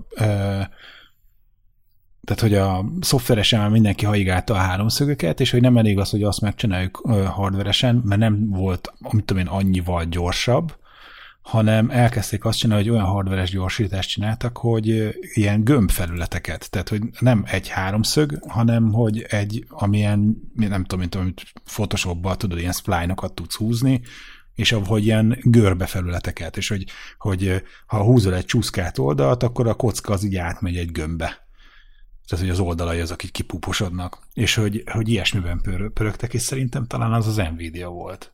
Speaker 3: tehát, hogy a szoftveresen már mindenki haigálta a háromszögöket, és hogy nem elég az, hogy azt megcsináljuk hardveresen, mert nem volt, amit tudom én, annyival gyorsabb, hanem elkezdték azt csinálni, hogy olyan hardveres gyorsítást csináltak, hogy ilyen gömbfelületeket, tehát hogy nem egy háromszög, hanem hogy amilyen, nem tudom, mint Photoshopban tudod, ilyen spline-okat tudsz húzni, és ahogy ilyen görbefelületeket, és hogy ha húzol egy csúszkát oldalt, akkor a kocka az így átmegy egy gömbbe. Tehát, hogy az oldalai azok így kipuposodnak. És hogy ilyesmiben pörögtek, és szerintem talán az Nvidia volt.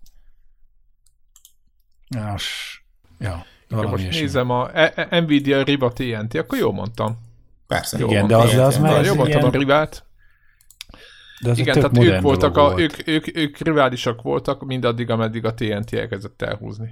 Speaker 3: Ja,
Speaker 1: most nézem a Nvidia Riva TNT, akkor jól mondtam.
Speaker 2: Persze.
Speaker 3: Jó, igen, de az már
Speaker 1: jól mondtam a Rivát. Igen, tehát ők voltak, ők riválisak voltak mindaddig, ameddig a TNT elkezdett elhúzni.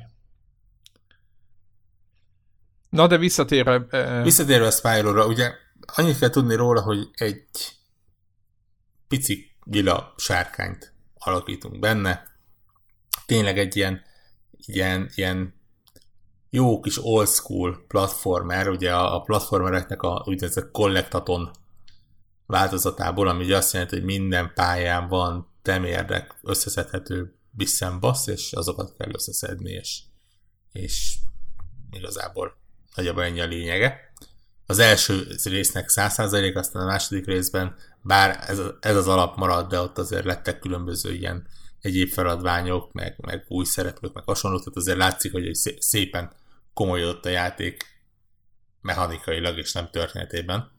Speaker 1: Na, de visszatérve
Speaker 2: a Spyro-ra, ugye annyit kell tudni róla, hogy egy pici lila sárkányt alakítunk benne, tényleg egy ilyen jó kis old school platformer, ugye a platformereknek a úgynevezett collectathon változatából, ami ugye azt jelenti, hogy minden pályán van temérdek összeszedhető bisszembasz, és azokat kell összeszedni, és igazából nagyjából ennyi a lényege. Az első résznek 100%, aztán a második részben, bár ez az alap maradt, de ott azért lettek különböző ilyen egyéb feladványok, meg új szereplők, meg hasonlók, tehát azért látszik, hogy szépen komolyodott a játék mechanikailag, és nem történetében.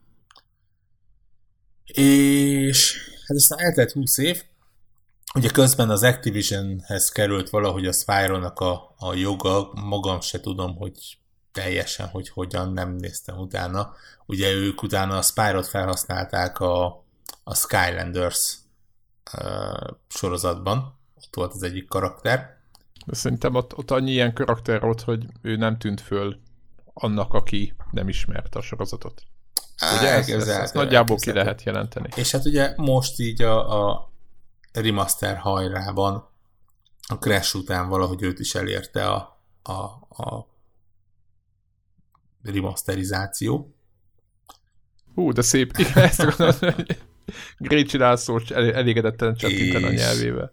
Speaker 2: És hát aztán eltelt 20 év, ugye közben az Activisionhez került valahogy a Spyro-nak a joga, magam se tudom, hogy teljesen, hogy hogyan, nem néztem utána. Ugye ők utána a Spyro-t felhasználták a Skylanders sorozatban, ott volt az egyik karakter.
Speaker 1: De szerintem ott annyi ilyen karakter volt, hogy ő nem tűnt föl annak, aki nem ismerte a sorozatot. Ugye ezt nagyjából ki lehet jelenteni.
Speaker 2: És hát ugye most így a remaster hajrában a Crash után valahogy őt is elérte a remasterizáció.
Speaker 1: De szép. Igen, ezt gondolom, hogy Great csinálszó elégedetten csattintani a nyelvével.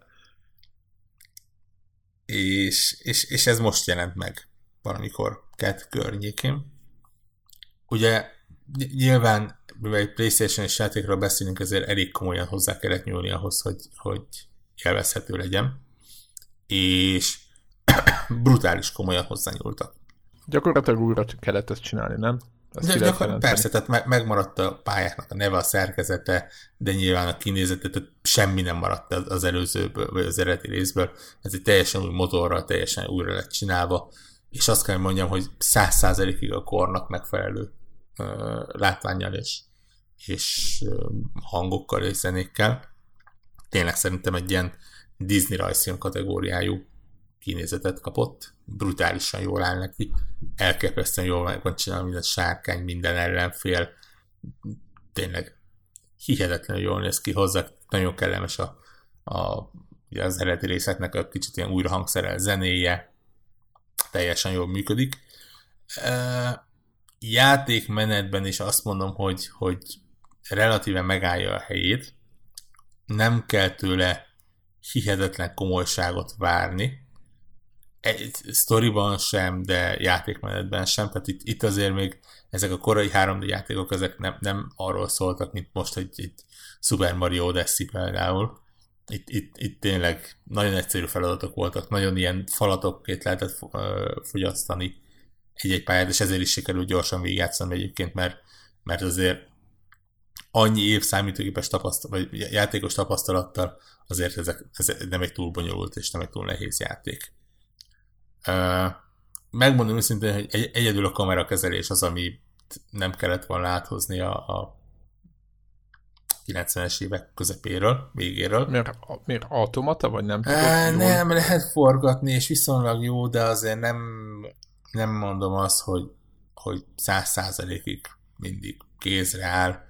Speaker 2: És ez most jelent meg valamikor 2 környékén. Ugye nyilván, mivel egy PlayStation-es játékról beszélünk, ezért elég komolyan hozzá kellett nyúlni ahhoz, hogy élvezhető legyen. És brutális komolyan hozzányúltak.
Speaker 1: Gyakorlatilag újra kellett ezt csinálni, nem?
Speaker 2: Persze, tehát megmaradt a pályáknak a neve, a szerkezete, de nyilván a kinézete, tehát semmi nem maradt az előzőből, vagy az eredeti részből. Ez egy teljesen új motorral, teljesen újra lett csinálva, és azt kell mondjam, hogy 100%-ig a kornak megfelelő látvánnyal és hangokkal és zenékkel. Tényleg szerintem egy ilyen Disney rajzfilm kategóriájú kinézetet kapott. Brutálisan jól áll neki. Elképesztően jól meg van csinálva minden sárkány, minden ellenfél. Tényleg hihetetlenül jól néz ki hozzá. Nagyon kellemes ugye az eredeti részeknek a kicsit ilyen újra hangszerel zenéje. Teljesen jól működik. Játékmenetben is azt mondom, hogy relatíven megállja a helyét. Nem kell tőle hihetetlen komolyságot várni. Egy sztoriban sem, de játékmenetben sem. Tehát itt azért még ezek a korai 3D játékok, ezek nem arról szóltak, mint most egy Super Mario Odyssey például. Itt tényleg nagyon egyszerű feladatok voltak, nagyon ilyen falatokként lehetett fogyasztani egy pályát, és ezért is sikerült gyorsan végigjátszani egyébként, mert azért annyi év számítógépes vagy játékos tapasztalattal azért ez nem egy túl bonyolult és nem egy túl nehéz játék. Megmondom őszintén, hogy egyedül a kamerakezelés az, ami nem kellett volna áthozni a 90-es évek közepéről, végéről.
Speaker 1: Miért automata, vagy nem tudod?
Speaker 2: Nem, lehet forgatni, és viszonylag jó, de azért nem mondom azt, hogy 100%-ig mindig kézre áll.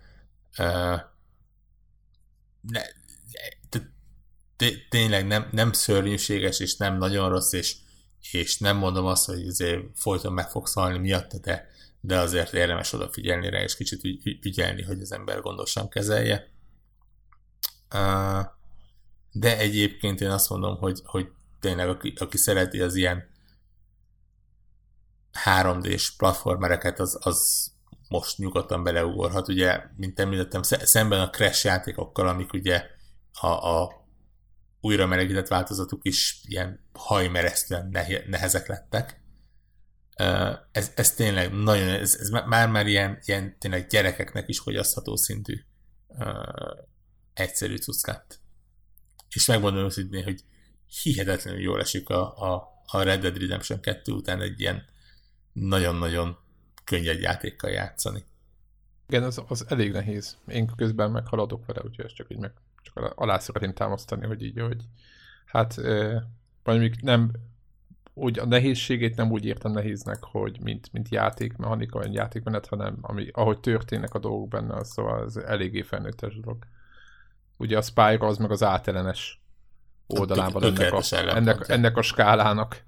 Speaker 2: Tényleg nem szörnyűséges, és nem nagyon rossz, és nem mondom azt, hogy azért folyton meg fogsz halni miatta, de azért érdemes odafigyelni rá, és kicsit ügyelni, hogy az ember gondosan kezelje. De egyébként én azt mondom, hogy tényleg aki szereti az ilyen 3D-s platformereket, az most nyugodtan beleugorhat. Ugye, mint említettem, szemben a Crash játékokkal, amik ugye a újra melegített változatuk is ilyen hajmeresztően nehezek lettek. Ez tényleg nagyon, ez már ilyen tényleg gyerekeknek is fogyasztható szintű egyszerű cucc lett. És megmondom őszintén, hogy hihetetlenül jól esik a Red Dead Redemption 2 után egy ilyen nagyon-nagyon könnyed játékkal játszani.
Speaker 1: Igen, az elég nehéz. Én közben meghaladok vele, úgyhogy ezt csak alá szeretném támasztani, hogy hát mondjuk nem úgy a nehézségét nem úgy értem nehéznek, hogy mint játékmechanika, vagy játékmenet, hanem ahogy történnek a dolgok benne, szóval ez eléggé felnőttes dolog. Ugye a Spyro az meg az átellenes oldalában ennek a skálának.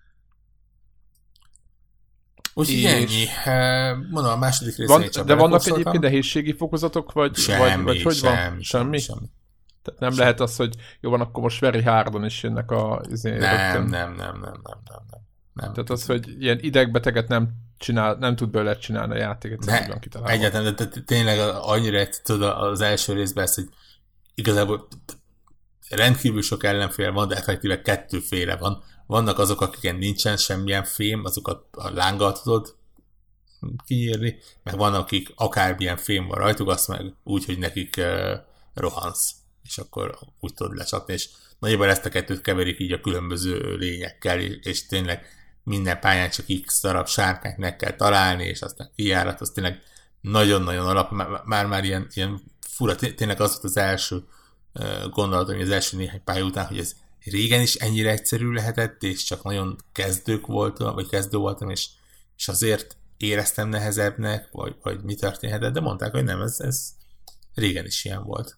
Speaker 2: Úgyhogy ennyi. Mondom, a második részén csak
Speaker 1: de vannak egyébként nehézségi fokozatok, vagy hogy van?
Speaker 2: Semmi.
Speaker 1: Tehát nem lehet az, hogy jó van, akkor most very hardon is jönnek a...
Speaker 2: Nem.
Speaker 1: Tehát az, hogy ilyen idegbeteget nem tud belőle csinálni a játéket.
Speaker 2: Egyáltalán, de tényleg annyira tudod az első részben ezt, hogy igazából rendkívül sok ellenfél van, de effektíve 2 féle van. Vannak azok, akiken nincsen semmilyen fém, azokat a lánggal tudod kinyírni, meg vannak, akik akármilyen fém van rajtuk, azt meg úgy, hogy nekik rohansz, és akkor úgy tudod lecsapni, és nagyjából ezt a 2-t keverik így a különböző lényekkel, és tényleg minden pályán csak X darab sárkányt meg kell találni, és aztán kijárat, az tényleg nagyon-nagyon alap, már ilyen fura, tényleg az volt az első gondolatom, az első néhány pálya után, hogy ez régen is ennyire egyszerű lehetett, és csak nagyon kezdő voltam, és azért éreztem nehezebbnek, vagy mi történhetett, de mondták, hogy nem, ez régen is ilyen volt.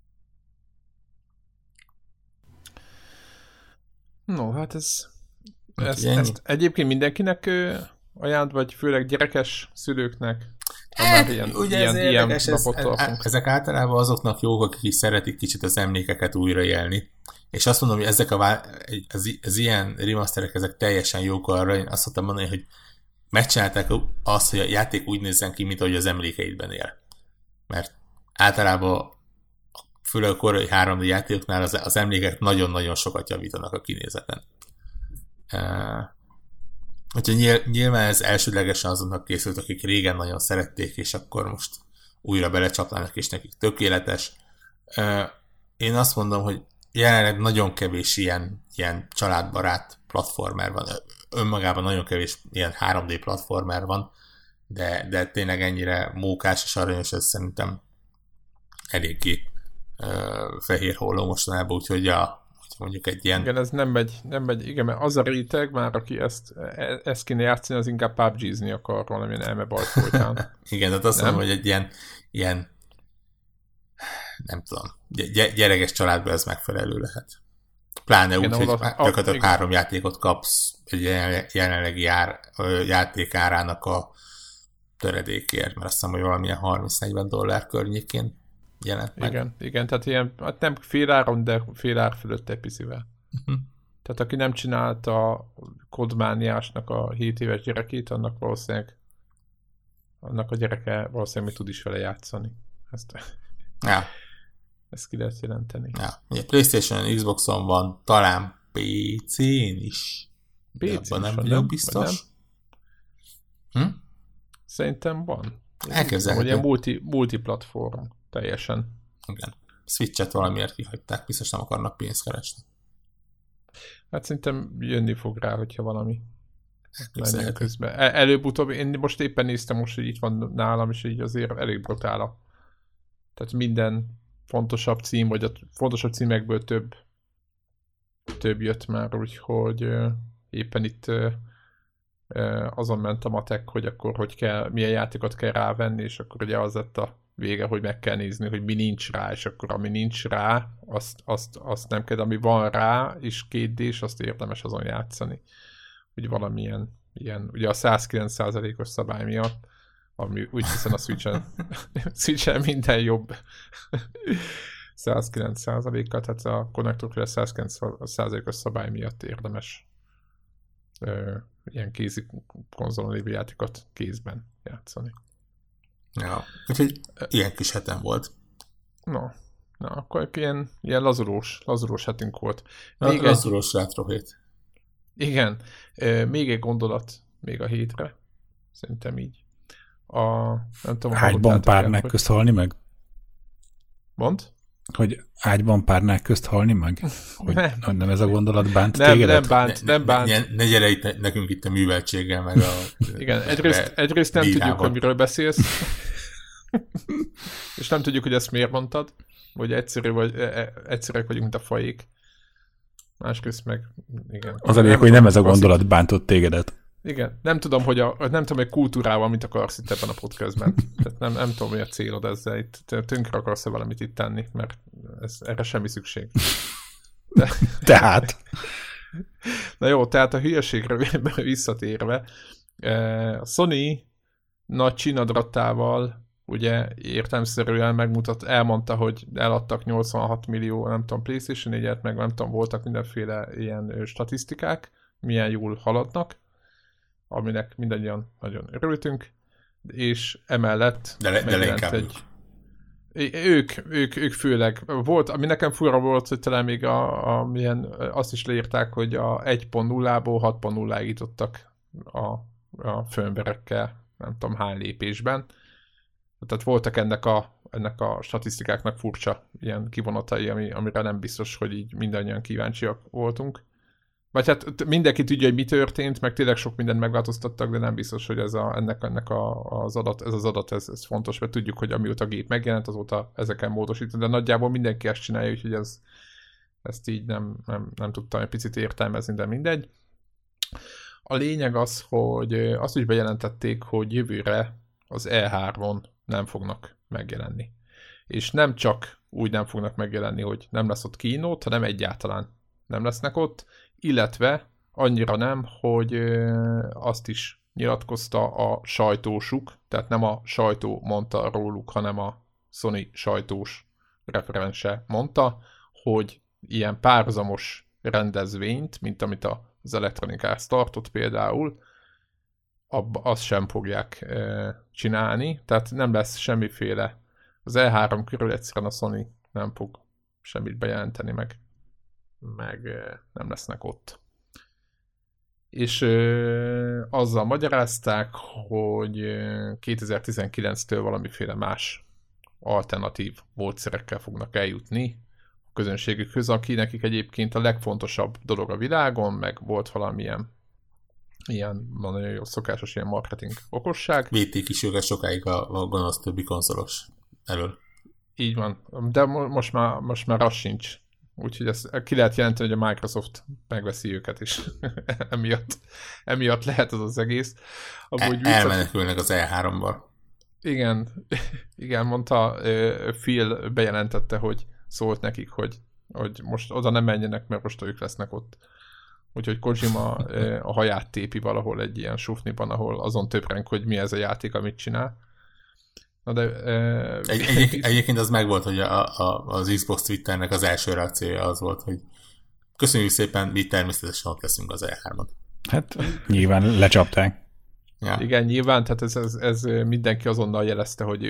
Speaker 1: No, hát ezt egyébként mindenkinek ajánlott, vagy főleg gyerekes szülőknek?
Speaker 2: Ugye ez érdekes, ezek általában azoknak jók, akik is szeretik kicsit az emlékeket újraélni. És azt mondom, hogy ezek az ilyen remasterek, ezek teljesen jók arra, én azt szoktam mondani, hogy megcsinálták azt, hogy a játék úgy nézzen ki, mint ahogy az emlékeidben él. Mert általában főleg a korai 3D játékoknál az emlékek nagyon-nagyon sokat javítanak a kinézeten. Úgyhogy nyilván ez elsődlegesen azonnak készült, akik régen nagyon szerették, és akkor most újra belecsapnának, és nekik tökéletes. Én azt mondom, hogy jelenleg nagyon kevés ilyen családbarát platformer van. Önmagában nagyon kevés ilyen 3D platformer van, de tényleg ennyire mókás és aranyos, ez szerintem eléggé fehér holló mostanában, úgyhogy mondjuk egy ilyen...
Speaker 1: Igen, ez nem megy, igen, mert az a réteg már, aki ezt kéne játszani, az inkább PUBG-zni akar valamilyen elmebajt folytán.
Speaker 2: Igen, tehát azt mondom, hogy egy ilyen nem tudom, gyerekes családban ez megfelelő lehet. Pláne úgy, hogy gyakorlatilag 3 játékot kapsz egy jelenlegi játék árának a töredékért, mert azt hiszem, hogy valamilyen $30-40 környékén jelent meg.
Speaker 1: Igen, tehát ilyen, hát nem féláron, de félár fölött egy picivel. Tehát aki nem csinálta a Kodmániásnak a 7 éves gyerekét, annak a gyereke valószínűleg még tud is vele játszani. Ezt ki lehet jelenteni.
Speaker 2: Ja. Ugye PlayStation, Xboxon van, talán PC-n is.
Speaker 1: PC-n
Speaker 2: nem vagyok biztos.
Speaker 1: Szerintem van.
Speaker 2: Elképzelhető.
Speaker 1: Hogy ilyen multiplatform teljesen.
Speaker 2: Igen. Switch-et valamiért kihagyták, biztos nem akarnak pénzt keresni.
Speaker 1: Hát szerintem jönni fog rá, hogyha valami lenne közben. Előbb-utóbb, én most éppen néztem most, hogy itt van nálam, és így azért elég brutál. Tehát minden fontosabb cím, vagy a fontosabb címekből több jött már, úgyhogy éppen itt azon ment a matek, hogy akkor milyen játékot kell rávenni, és akkor ugye az lett a vége, hogy meg kell nézni, hogy mi nincs rá, és akkor ami nincs rá, azt nem kell, ami van rá, és 2D-s, azt érdemes azon játszani. Úgy valamilyen ilyen, ugye a 109%-os szabály miatt, ami úgy hiszem a Switch-en minden jobb 109%-kal, tehát a konnektorokra a 109%-os szabály miatt érdemes ilyen kézi konzolon lévő játékot kézben játszani.
Speaker 2: Ja, úgyhogy ilyen kis hetem volt.
Speaker 1: Na akkor ilyen lazulós hetünk volt.
Speaker 2: Lazulós retro-hét.
Speaker 1: Igen, még egy gondolat még a hétre. Szerintem így. Nem tudom,
Speaker 3: ágyban párnák közt halni meg?
Speaker 1: Mondd?
Speaker 3: Hogy ágyban párnák közt halni meg? Hogy nem ez a gondolat bánt tégedet?
Speaker 1: Nem bánt.
Speaker 2: Ne gyere itt nekünk itt a műveltséggel, meg a...
Speaker 1: Igen, egyrészt nem tudjuk, hogy miről beszélsz. És nem tudjuk, hogy ezt miért mondtad. Vagy egyszerűek vagyunk, mint a fajék. Másrészt meg... Igen.
Speaker 3: Az elég, hogy nem ez a gondolat bántott tégedet.
Speaker 1: Igen, nem tudom, hogy kultúrával mit akarsz itt ebben a podcastben. Tehát nem tudom, hogy a célod ezzel itt. Tönkre akarsz valamit itt tenni, mert erre semmi szükség.
Speaker 3: Tehát?
Speaker 1: Na jó, tehát a hülyeségre visszatérve, a Sony nagy csinadrattával ugye értelemszerűen elmondta, hogy eladtak 86 millió, nem tudom, PlayStation 4-et, meg nem tudom, voltak mindenféle ilyen statisztikák, milyen jól haladnak, aminek mindannyian nagyon örültünk, és emellett
Speaker 2: de inkább
Speaker 1: ők főleg volt, ami nekem fura volt, hogy talán még azt is leírták, hogy a 1.0-ból 6.0-ig jutottak a firmware-ekkel, nem tudom hány lépésben. Tehát voltak ennek a statisztikáknak furcsa ilyen kivonatai, amire nem biztos, hogy így mindannyian kíváncsiak voltunk. Vagy hát mindenki tudja, hogy mi történt, meg tényleg sok mindent megváltoztattak, de nem biztos, hogy ez az adat ez fontos, mert tudjuk, hogy amióta a gép megjelent, azóta ezeken módosított, de nagyjából mindenki ezt csinálja, úgyhogy ezt így nem tudtam egy picit értelmezni, de mindegy. A lényeg az, hogy azt is bejelentették, hogy jövőre az E3-on nem fognak megjelenni. És nem csak úgy nem fognak megjelenni, hogy nem lesz ott keynote, hanem egyáltalán nem lesznek ott, illetve annyira nem, hogy azt is nyilatkozta a sajtósuk, tehát nem a sajtó mondta róluk, hanem a Sony sajtós referense mondta, hogy ilyen párhuzamos rendezvényt, mint amit az Electronic Arts tartott például, azt sem fogják csinálni, tehát nem lesz semmiféle, az E3 körül egyszerűen a Sony nem fog semmit bejelenteni, meg nem lesznek ott. És azzal magyarázták, hogy 2019-től valamiféle más alternatív módszerekkel fognak eljutni a közönségükhöz, aki nekik egyébként a legfontosabb dolog a világon, meg volt valamilyen ilyen nagyon jó szokásos ilyen marketing okosság.
Speaker 2: Védték is őket sokáig a gonosz többi konzolos elől.
Speaker 1: Így van, de most már az sincs. Úgyhogy ezt ki lehet jelenteni, hogy a Microsoft megveszi őket is. emiatt lehet az egész.
Speaker 2: Elmenekülnek az E3-ból.
Speaker 1: Igen, mondta, Phil bejelentette, hogy szólt nekik, hogy most oda nem menjenek, mert most ők lesznek ott. Úgyhogy Kojima a haját tépi valahol egy ilyen sufniban, ahol azon töbrenk, hogy mi ez a játék, amit csinál. Na de,
Speaker 2: egyébként az megvolt, hogy az Xbox Twitternek az első reakciója az volt, hogy köszönjük szépen, mi természetesen ott leszünk az E3-on.
Speaker 3: Hát nyilván lecsapták.
Speaker 1: Ja. Igen, nyilván, tehát ez mindenki azonnal jelezte, hogy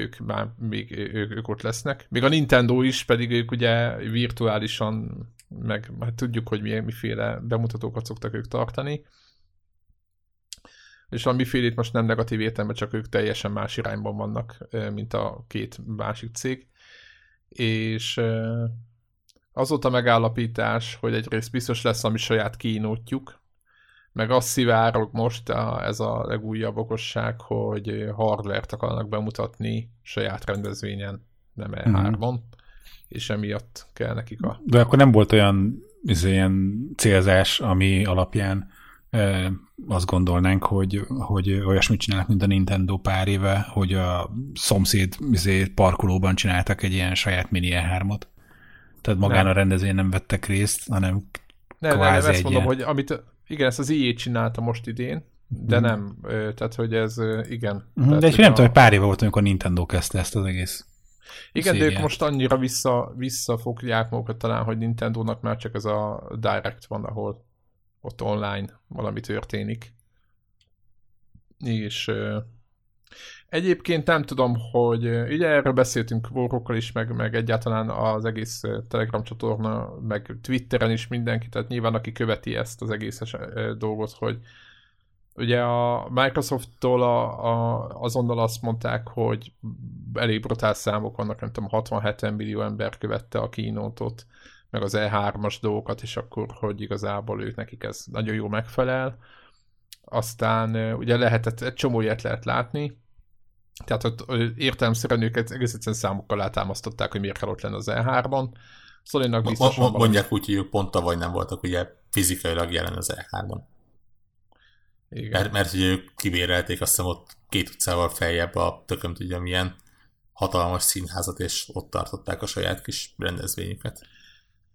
Speaker 1: ők ott lesznek. Még a Nintendo is, pedig ők ugye virtuálisan, meg hát tudjuk, hogy miféle bemutatókat szoktak ők tartani. És valamifélét most nem negatív értelemben, csak ők teljesen más irányban vannak, mint a két másik cég. És az volt a megállapítás, hogy egyrészt biztos lesz ami saját kínótjuk, meg azt szivárog most ez a legújabb okosság, hogy hardware-t akarnak bemutatni saját rendezvényen, nem E3-on, és emiatt kell nekik
Speaker 3: De akkor nem volt olyan ilyen célzás, ami alapján azt gondolnánk, hogy olyasmit csinálnak, mint a Nintendo pár éve, hogy a szomszéd parkolóban csináltak egy ilyen saját mini E3-ot. Tehát magán a rendezvényen nem vettek részt, hanem
Speaker 1: nem, ezt mondom, hogy igen, ezt az EA csinálta most idén, de nem, tehát hogy ez igen. Tehát,
Speaker 3: de nem tudom, hogy pár éve volt, amikor Nintendo kezdte ezt az egész
Speaker 1: igen, de ők most annyira visszafogják magukat talán, hogy Nintendónak már csak ez a Direct van, ahol ott online valami történik. És egyébként nem tudom, hogy ugye erről beszéltünk Warhawkkal is, meg egyáltalán az egész Telegram csatorna, meg Twitteren is mindenki, tehát nyilván aki követi ezt az egész dolgot, hogy ugye a Microsofttól azonnal azt mondták, hogy elég brutál számok vannak, nem tudom, 60-70 millió ember követte a keynote-ot, meg az E3-as dolgokat, és akkor, hogy igazából ők nekik ez nagyon jól megfelel. Aztán ugye egy csomó ilyet lehet látni, tehát ott értelemszerűen őket egész egyszerűen számokkal látámasztották, hogy miért kell ott lenni az E3-ban. Sony-nak biztosan
Speaker 2: mondják úgy, hogy ők pont tavaly nem voltak ugye fizikailag jelen az E3-ban. Igen. Mert ugye ők kibérelték, azt hiszem ott 2 utcával feljebb a tököm tudja milyen hatalmas színházat, és ott tartották a saját kis rendezvényüket.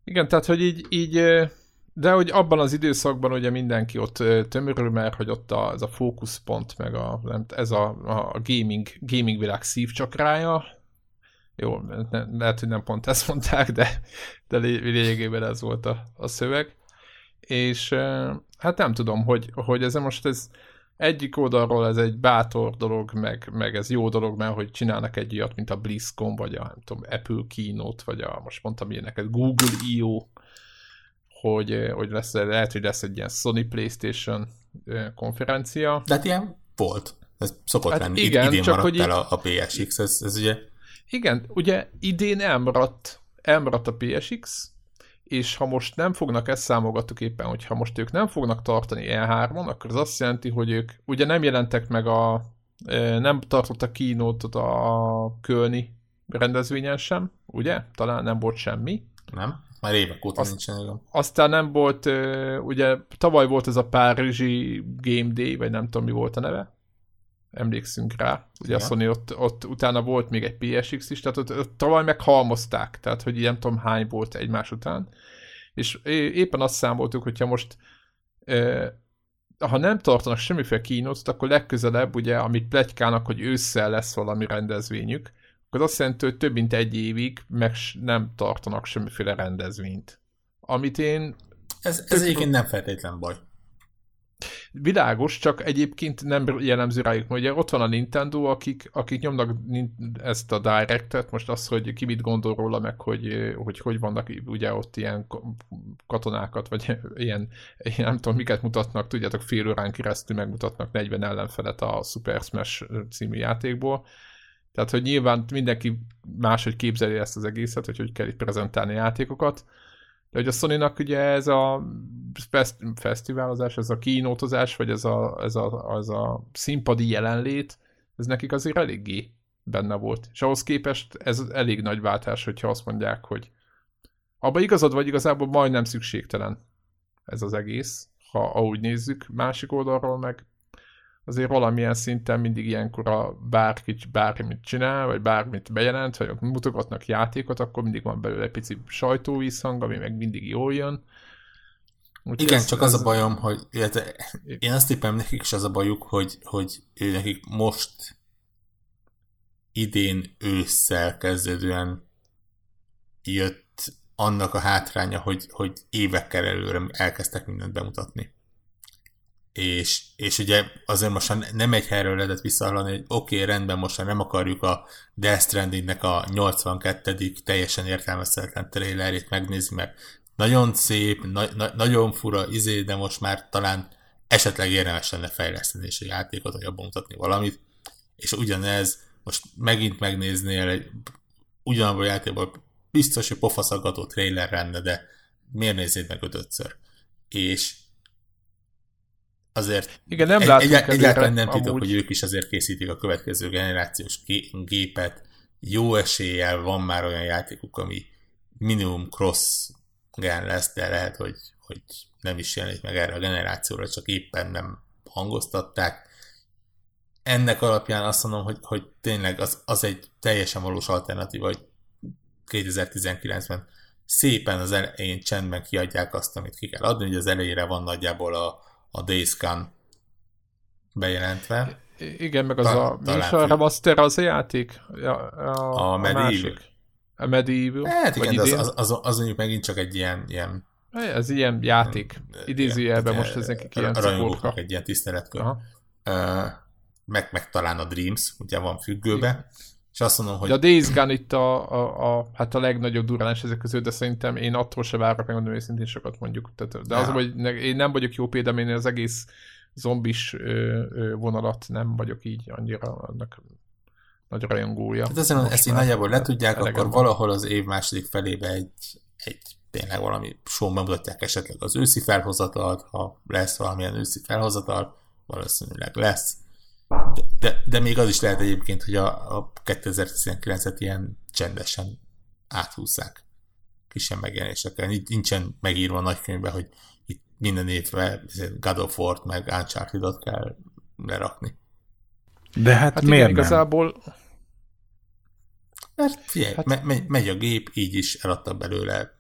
Speaker 1: Igen, tehát, hogy így de hogy abban az időszakban ugye mindenki ott tömörül, mert hogy ott ez a fókuszpont, meg ez a gaming világ szívcsakrája. Jó, lehet, hogy nem pont ezt mondták, de lényegében ez volt a szöveg. És hát nem tudom, hogy ez most egyik oldalról ez egy bátor dolog, meg ez jó dolog, mert hogy csinálnak egy olyat, mint a BlizzCon, vagy a nem tudom, Apple Keynote, vagy most mondtam ilyeneket, Google I.O., hogy lehet, hogy lesz egy ilyen Sony PlayStation konferencia.
Speaker 2: De hát ilyen volt. Ez szokott lenni.
Speaker 1: Igen,
Speaker 2: idén
Speaker 1: csak
Speaker 2: maradt
Speaker 1: hogy
Speaker 2: el a PSX, ez ugye...
Speaker 1: Igen, ugye idén elmaradt a PSX, és ha most nem fognak, ezt számolgattuk éppen, hogy ha most ők nem fognak tartani E3-on, akkor az azt jelenti, hogy ők ugye nem jelentek meg nem tartottak keynote-ot a Kölni rendezvényen sem, ugye? Talán nem volt semmi.
Speaker 2: Nem, már évek óta nincsen.
Speaker 1: Aztán nem volt, ugye tavaly volt ez a Párizsi Game Day, vagy nem tudom mi volt a neve. Emlékszünk rá. Ugye a Sony ott utána volt még egy PSX is, tehát ott tavaly meghalmozták, tehát hogy nem tudom hány volt egymás után. És éppen azt számoltuk, hogyha most ha nem tartanak semmiféle keynote-t, akkor legközelebb, ugye, amit pletykálnak, hogy ősszel lesz valami rendezvényük, akkor azt jelenti, hogy több mint egy évig meg nem tartanak semmiféle rendezvényt. Amit én...
Speaker 2: Ez egyébként nem feltétlen baj.
Speaker 1: Világos, csak egyébként nem jellemző rájuk, mert ugye ott van a Nintendo, akik nyomnak ezt a Direct-et, most az, hogy ki mit gondol róla, meg hogy vannak ugye ott ilyen katonákat, vagy ilyen nem tudom, miket mutatnak, tudjátok, fél órán keresztül megmutatnak 40 ellenfelet a Super Smash című játékból. Tehát, hogy nyilván mindenki máshogy képzeli ezt az egészet, hogy kell itt prezentálni játékokat. De hogy a Sony-nak ugye ez a fesztiválozás, ez a kínótozás, vagy ez a színpadi jelenlét, ez nekik azért eléggé benne volt. És ahhoz képest ez elég nagy váltás, hogyha azt mondják, hogy abba igazad vagy, igazából majdnem szükségtelen ez az egész, ha ahogy nézzük, másik oldalról meg azért valamilyen szinten mindig ilyenkor bármit csinál, vagy bármit bejelent, vagy mutogatnak játékot, akkor mindig van belőle egy pici sajtóvízhang, ami meg mindig jól jön.
Speaker 2: Úgyhogy igen, csak az a bajom, hogy én azt tippem, nekik is az a bajuk, hogy nekik most idén ősszel kezdődően jött annak a hátránya, hogy évekkel előre elkezdtek mindent bemutatni. És ugye azért most nem egy helyről lehetett visszahallani, hogy oké, rendben, most nem akarjuk a Death Strandingnek a 82. teljesen értelmezhetetlen trailerét megnézni, mert nagyon szép, nagyon fura, de most már talán esetleg érdemes lenne fejleszteni és a játékot, vagy abban mutatni valamit, és ugyanez, most megint megnéznél ugyanabban a játékban biztos, hogy pofaszaggató trailer lenne, de miért nézzéd meg 5-ször? És azért
Speaker 1: igen, nem
Speaker 2: egyáltalán nem titok, hogy ők is azért készítik a következő generációs gépet. Jó eséllyel van már olyan játékuk, ami minimum cross-gen lesz, de lehet, hogy nem is jelenik meg erre a generációra, csak éppen nem hangoztatták. Ennek alapján azt mondom, hogy tényleg az egy teljesen valós alternatíva, hogy 2019-ben szépen az elején csendben kiadják azt, amit ki kell adni, hogy az elejére van nagyjából a Days Gone bejelentve.
Speaker 1: Igen, meg az a remaster az a játék?
Speaker 2: A Medieval.
Speaker 1: A Medieval.
Speaker 2: Hát igen, az mondjuk megint csak egy ilyen
Speaker 1: ez ilyen játék. Idézőjelben most ez nekik ilyen
Speaker 2: rajongóknak egy ilyen tiszteletkör. Meg talán a Dreams, ugye van függőbe. Igen. És azt mondom, hogy...
Speaker 1: De a Days Gone itt hát a legnagyobb durránás ezek között, de szerintem én attól se várok, megmondom őszintén sokat mondjuk. De az, hogy én nem vagyok jó példa, én az egész zombis vonalat nem vagyok így annyira annak nagy rajongója.
Speaker 2: Hát ezt így nagyjából letudják, akkor valahol az év második felébe egy tényleg valami show bemutatják esetleg az őszi felhozatalt, ha lesz valamilyen őszi felhozatal, valószínűleg lesz. De még az is lehet egyébként, hogy a 2019-et ilyen csendesen áthúzzák kisebb megjelenésekkel. Nincsen megírva a nagykönyvben, hogy itt minden évben God of War-t meg Uncharted-ot kell lerakni.
Speaker 3: De hát miért igen,
Speaker 1: igazából...
Speaker 2: Mert figyelj, megy a gép, így is eladta belőle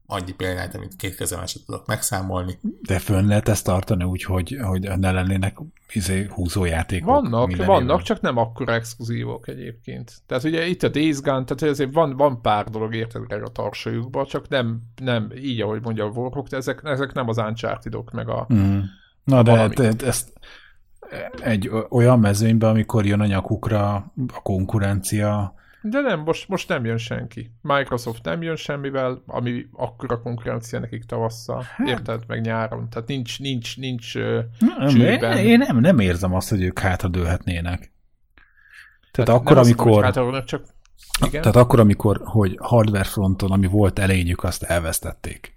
Speaker 2: annyi példát, amit két kezemben sem tudok megszámolni.
Speaker 3: De fönn lehet ezt tartani úgy, hogy ne lennének húzójátékok?
Speaker 1: Vannak, csak nem akkora exkluzívok egyébként. Tehát ugye itt a Days Gone, tehát azért van pár dolog érted a tarsajukban, csak nem így, ahogy mondja a Warhawk, de ezek nem az Uncharted-ok, meg a...
Speaker 3: Na, de ezt egy olyan mezőnyben, amikor jön a nyakukra a konkurencia...
Speaker 1: De nem, most nem jön senki. Microsoft nem jön semmivel, ami akkora konkurencia nekik tavasszal, érted, meg nyáron. Tehát nincs csőben.
Speaker 3: Én nem érzem azt, hogy ők hátradőlhetnének. Tehát akkor, amikor... Tehát akkor, amikor, hogy hardware fronton, ami volt elényük, azt elvesztették.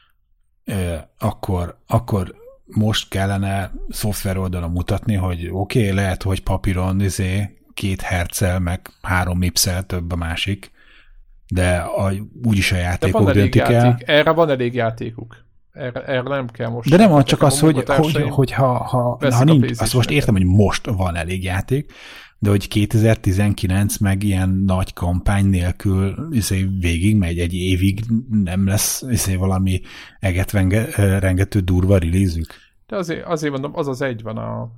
Speaker 3: Akkor most kellene szoftver oldalon mutatni, hogy oké, lehet, hogy papíron 2 herccel, meg 3 nipszel több a másik, de úgyis a játékok döntik el.
Speaker 1: Erre van elég játékuk. Erre nem kell most.
Speaker 3: De nem van csak az, hogy ha nincs, azt most értem, hogy most van elég játék, de hogy 2019 meg ilyen nagy kampány nélkül végig megy, egy évig nem lesz valami rengető durva release-ük.
Speaker 1: De azért mondom, az egy van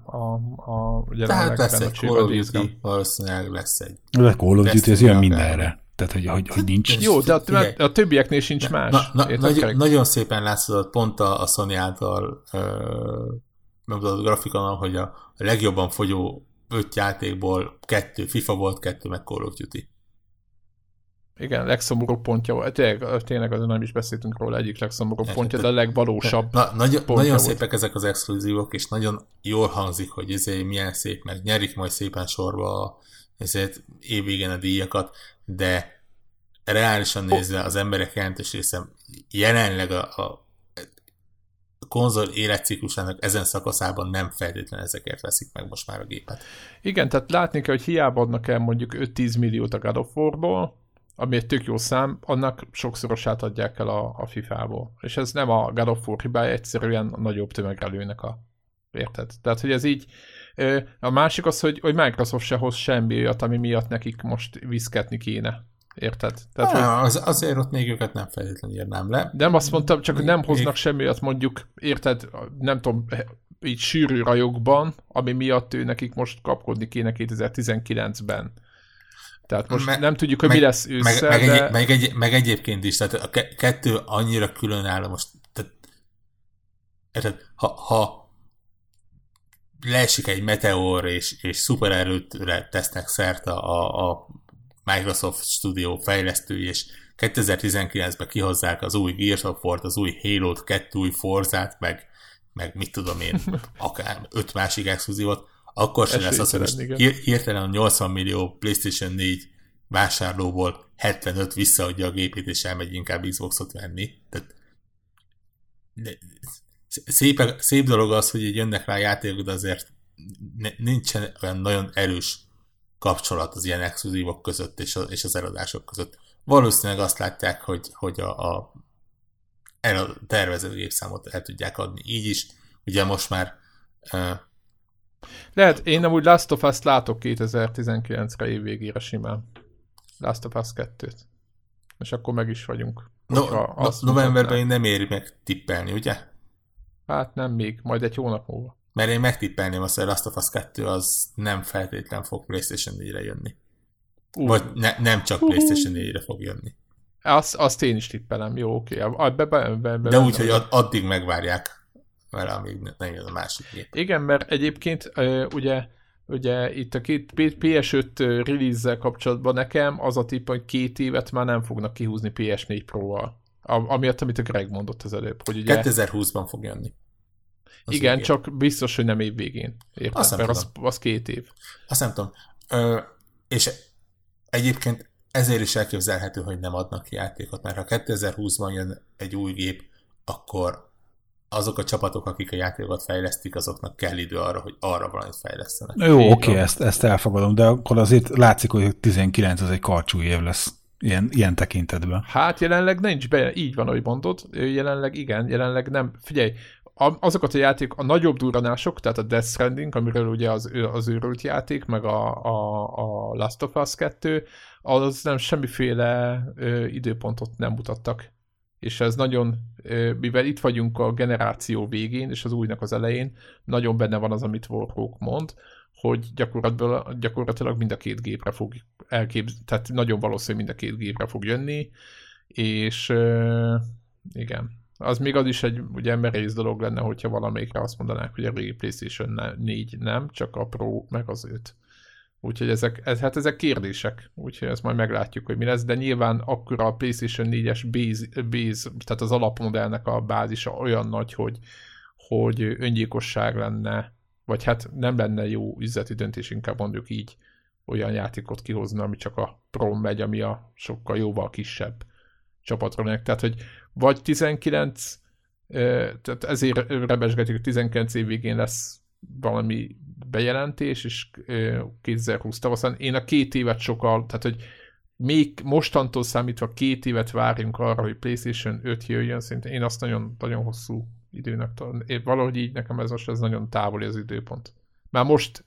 Speaker 2: tehát lesz egy Call of Duty, valószínűleg lesz egy.
Speaker 3: De Call of Duty, ez jön mindenre. Tehát, hogy nincs...
Speaker 1: Jó, de a többieknél sincs más.
Speaker 2: Nagyon szépen látszott pont a Sony által megmutatott grafikonon, hogy a legjobban fogyó 5 játékból 2 FIFA volt, 2 meg Call of Duty.
Speaker 1: Igen, legszomorúbb pontja volt. Tényleg azért nem is beszéltünk róla, egyik legszomorúbb pontja, de a legvalósabb
Speaker 2: nagyon szépek ezek az exkluzívok, és nagyon jól hangzik, hogy milyen szép, meg nyerik majd szépen sorba évvégén a díjakat, de reálisan nézve az emberek jelentős része jelenleg a konzol életciklusának ezen szakaszában nem feltétlenül ezekért veszik meg most már a gépet.
Speaker 1: Igen, tehát látni kell, hogy hiába adnak el mondjuk 5-10 milliót a God of War-ból, ami egy tök jó szám, annak sokszorosát adják el a FIFA-ból. És ez nem a God of War hibája, egyszerűen a nagyobb tömegre lőnek érted? Tehát, hogy ez így, a másik az, hogy Microsoft se hoz semmi olyat, ami miatt nekik most viszketni kéne. Érted? Tehát,
Speaker 2: azért ott még őket nem feltétlenül írnám le.
Speaker 1: Nem azt mondtam, csak nem hoznak semmi olyat, mondjuk, érted, nem tudom, így sűrű rajokban, ami miatt ő nekik most kapkodni kéne 2019-ben. Tehát most nem tudjuk, hogy mi lesz ősszel, de...
Speaker 2: meg egyébként is, tehát a kettő annyira különálló most, tehát, ha leesik egy meteor, és szupererőtre tesznek szert a Microsoft Studio fejlesztői, és 2019-ben kihozzák az új Gears of War-t, az új Halo-t, 2 új Forzát, meg mit tudom én, akár 5 másik exkluzívot, akkor sem lesz az, hogy hirtelen 80 millió PlayStation 4 vásárlóból 75 visszaadja a gépét, és elmegy inkább Xboxot venni. Tehát, szép dolog az, hogy jönnek rá a játékok, de azért nincsen olyan nagyon erős kapcsolat az ilyen exkluzívok között és az eladások között. Valószínűleg azt látják, hogy a tervező gépszámot el tudják adni így is. Ugye most már
Speaker 1: lehet, én amúgy Last of Us-t látok 2019-re évvégére simán. Last of Us 2-t. És akkor meg is vagyunk.
Speaker 2: Novemberben én nem éri meg tippelni, ugye?
Speaker 1: Hát nem még, majd egy hónap múlva.
Speaker 2: Mert én megtippelném azt, hogy a Last of Us 2 az nem feltétlen fog PlayStation 4-re jönni. Vagy nem csak PlayStation 4-re fog jönni.
Speaker 1: Azt én is tippelem, jó, oké.
Speaker 2: De úgy, hogy addig megvárják vele, amíg nem jön a másik gép.
Speaker 1: Igen, mert egyébként ugye itt a két PS5 release-zel kapcsolatban nekem az a tipp, hogy 2 évet már nem fognak kihúzni PS4 Pro-val. Amiatt, amit a Greg mondott az előbb. Hogy ugye
Speaker 2: 2020-ban fog jönni.
Speaker 1: Igen, csak biztos, hogy nem év végén. Érted? Mert az 2 év.
Speaker 2: Azt nem tudom. És egyébként ezért is elképzelhető, hogy nem adnak ki játékot, mert ha 2020-ban jön egy új gép, akkor azok a csapatok, akik a játékokat fejlesztik, azoknak kell idő arra, hogy arra valamit fejlesztenek.
Speaker 3: Jó, oké, ezt elfogadom, de akkor azért látszik, hogy 19 az egy karcsú év lesz ilyen tekintetben.
Speaker 1: Hát jelenleg nincs be, így van, ahogy mondod, jelenleg nem. Figyelj, azokat a játék, a nagyobb duranások, tehát a Death Stranding, amiről ugye az őrült játék, meg a Last of Us 2, az nem semmiféle időpontot nem mutattak. És ez nagyon, mivel itt vagyunk a generáció végén, és az újnak az elején, nagyon benne van az, amit Warhawk mond, hogy gyakorlatilag mind a két gépre fog tehát nagyon valószínű mind a két gépre fog jönni, és igen. Az még az is egy ugye merész dolog lenne, hogyha valamelyikre azt mondanák, hogy a régi PlayStation 4 nem, csak a Pro meg az 5. Úgyhogy ezek kérdések, úgyhogy ezt majd meglátjuk, hogy mi lesz, de nyilván akkor a PlayStation 4-es base, tehát az alapmodellnek a bázisa olyan nagy, hogy öngyilkosság lenne, vagy hát nem lenne jó üzleti döntés, inkább mondjuk így olyan játékot kihozni, ami csak a Pro megy, ami a sokkal jóval kisebb csapatra megy. Tehát, hogy vagy 19, tehát ezért rebesgetik, hogy 19 év végén lesz valami bejelentés, és 2020 tavaszán. Én a 2 évet sokkal, tehát hogy még mostantól számítva 2 évet várjunk arra, hogy PlayStation 5 jöjjön, szerintem én azt nagyon, nagyon hosszú időnek talán. Valahogy így nekem ez nagyon távoli az időpont. Már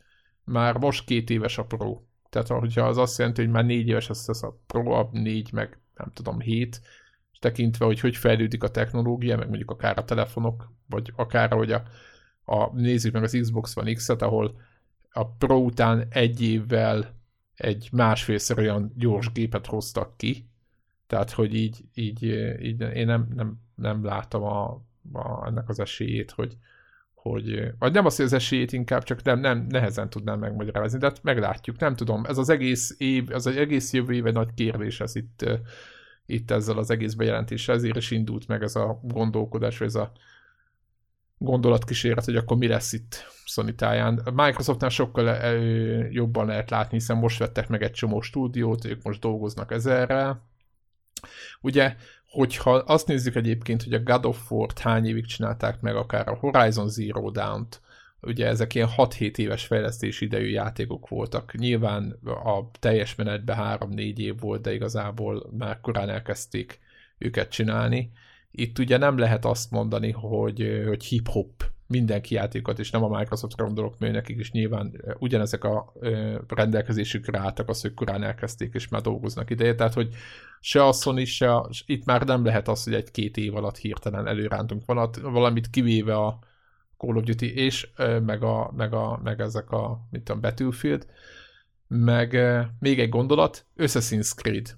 Speaker 1: most 2 éves a Pro. Tehát hogyha az azt jelenti, hogy már 4 éves lesz a Pro, a 4 meg nem tudom 7, és tekintve, hogy fejlődik a technológia, meg mondjuk akár a telefonok, vagy akár, hogy nézzük meg az Xbox One X-et, ahol a Pro után 1 évvel egy másfélszer olyan gyors gépet hoztak ki. Tehát, hogy így én nem látom ennek az esélyét, hogy vagy nem azt, hogy az esélyét inkább, csak nem nehezen tudnám megmagyarázni, de hát meglátjuk, nem tudom, ez az egész év, az egész jövő éve nagy kérdés ez itt ezzel az egész bejelentéssel, ezért is indult meg ez a gondolkodás, vagy ez a gondolatkísérlet, hogy akkor mi lesz itt Sony táján. A Microsoftnál sokkal jobban lehet látni, hiszen most vettek meg egy csomó stúdiót, ők most dolgoznak ezerrel. Ugye, hogyha azt nézzük egyébként, hogy a God of War-t hány évig csinálták meg, akár a Horizon Zero Dawn-t, ugye ezek ilyen 6-7 éves fejlesztési idejű játékok voltak. Nyilván a teljes menetben 3-4 év volt, de igazából már korán elkezdték őket csinálni. Itt ugye nem lehet azt mondani, hogy hip-hop mindenki játékot, és nem a Microsoftra gondolok, mert nekik is nyilván ugyanezek a rendelkezésükre álltak az, hogy korán elkezdték, és már dolgoznak ideje, tehát hogy se a Sony, itt már nem lehet az, hogy 1-2 év alatt hirtelen előrántunk valamit, kivéve a Call of Duty, és meg ezek a Battlefield, meg még egy gondolat, Assassin's Creed.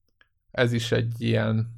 Speaker 1: Ez is egy ilyen,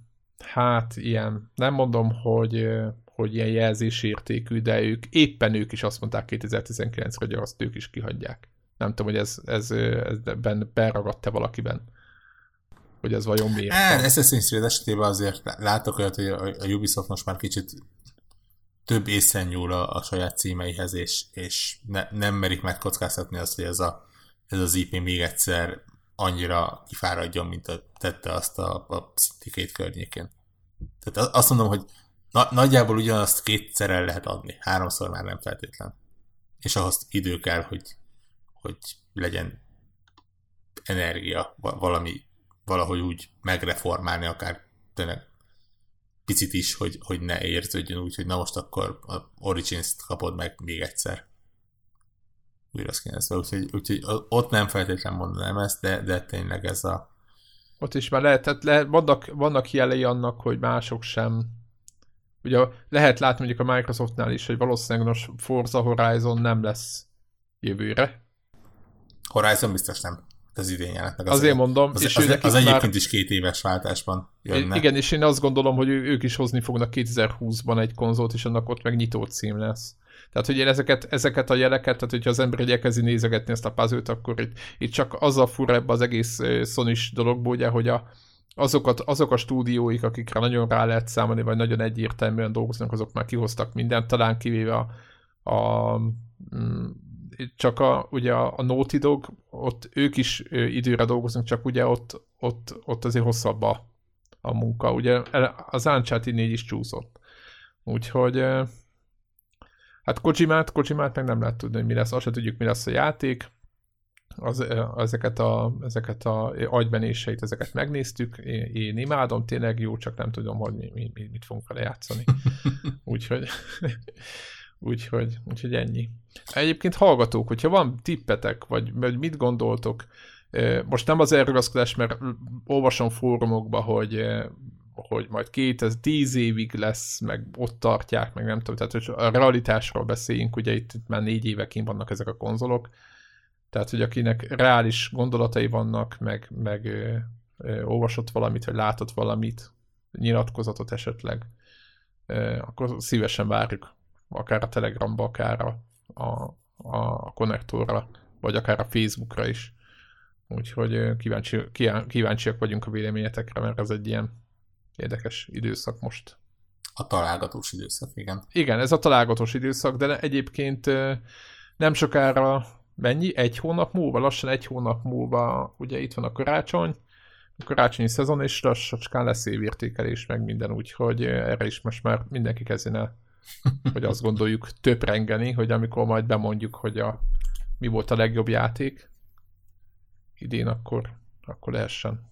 Speaker 1: nem mondom, hogy ilyen jelzésértékű, de ők is azt mondták 2019-re, hogy azt ők is kihagyják. Nem tudom, hogy ez beragadt-e valakiben, hogy ez vajon miért.
Speaker 2: Assassin's Creed esetében azért látok olyat, hogy a Ubisoft most már kicsit több észen nyúl a saját címeihez, és nem merik megkockáztatni azt, hogy ez az IP még egyszer annyira kifáradjon, mint tette azt a Syndicate környékén. Tehát azt mondom, hogy nagyjából ugyanazt 2-szer el lehet adni, 3-szor már nem feltétlen. És ahhoz idő kell, hogy legyen energia, valahogy úgy megreformálni, akár tényleg picit is, hogy ne érződjön úgy, hogy na most akkor a Origins-t kapod meg még egyszer. Újra szkínezve. Úgyhogy ott nem feltétlen mondanám ezt, de tényleg ez a...
Speaker 1: Ott is már vannak jelei annak, hogy mások sem. Ugye lehet látni mondjuk a Microsoftnál is, hogy valószínűleg most Forza Horizon nem lesz jövőre.
Speaker 2: Horizon biztos nem. Az idén jelent meg.
Speaker 1: Azért mondom.
Speaker 2: Az egyébként is 2 éves váltásban jönne.
Speaker 1: Igen, és én azt gondolom, hogy ők is hozni fognak 2020-ban egy konzolt, és annak ott meg nyitó cím lesz. Tehát, hogy én ezeket a jeleket, tehát hogyha az ember egy elkezdi nézegetni ezt a puzzle-t, akkor itt csak az a fura ebbe az egész Sony-s dologból, ugye, hogy azok a stúdióik, akikre nagyon rá lehet számolni, vagy nagyon egyértelműen dolgoznak, azok már kihoztak mindent, talán kivéve ugye a Naughty Dog, ott ők is időre dolgoznak, csak ugye ott azért hosszabb a munka. Ugye az Uncharted 4 is csúszott. Úgyhogy hát Kojimát meg nem lehet tudni, hogy mi lesz. Azt se tudjuk, mi lesz a játék. Ezeket a agybenéseit, ezeket megnéztük. Én imádom, tényleg jó, csak nem tudom, hogy mit fogunk vele játszani. Úgyhogy ennyi. Egyébként hallgatók, hogyha van tippetek, vagy mit gondoltok, most nem az elrugaszkodás, mert olvasom fórumokba, hogy hogy majd 2010 évig lesz, meg ott tartják, meg nem tudom, tehát hogy a realitásról beszéljünk, ugye itt már 4 éve kint vannak ezek a konzolok, tehát hogy akinek reális gondolatai vannak, meg olvasott valamit, vagy látott valamit, nyilatkozatot esetleg, akkor szívesen várjuk, akár a Telegramra, akár a konnektorra, vagy akár a Facebookra is. Úgyhogy kíváncsiak vagyunk a véleményetekre, mert ez egy ilyen érdekes időszak most.
Speaker 2: A találgatós időszak, igen.
Speaker 1: Igen, ez a találgatós időszak, de egyébként nem sokára mennyi? 1 hónap múlva, lassan 1 hónap múlva, ugye itt van a karácsonyi szezon, és lassacskán lesz évértékelés, meg minden, úgyhogy erre is most már mindenki kezdjen el, hogy azt gondoljuk, töprengeni, hogy amikor majd bemondjuk, hogy mi volt a legjobb játék idén, akkor lehessen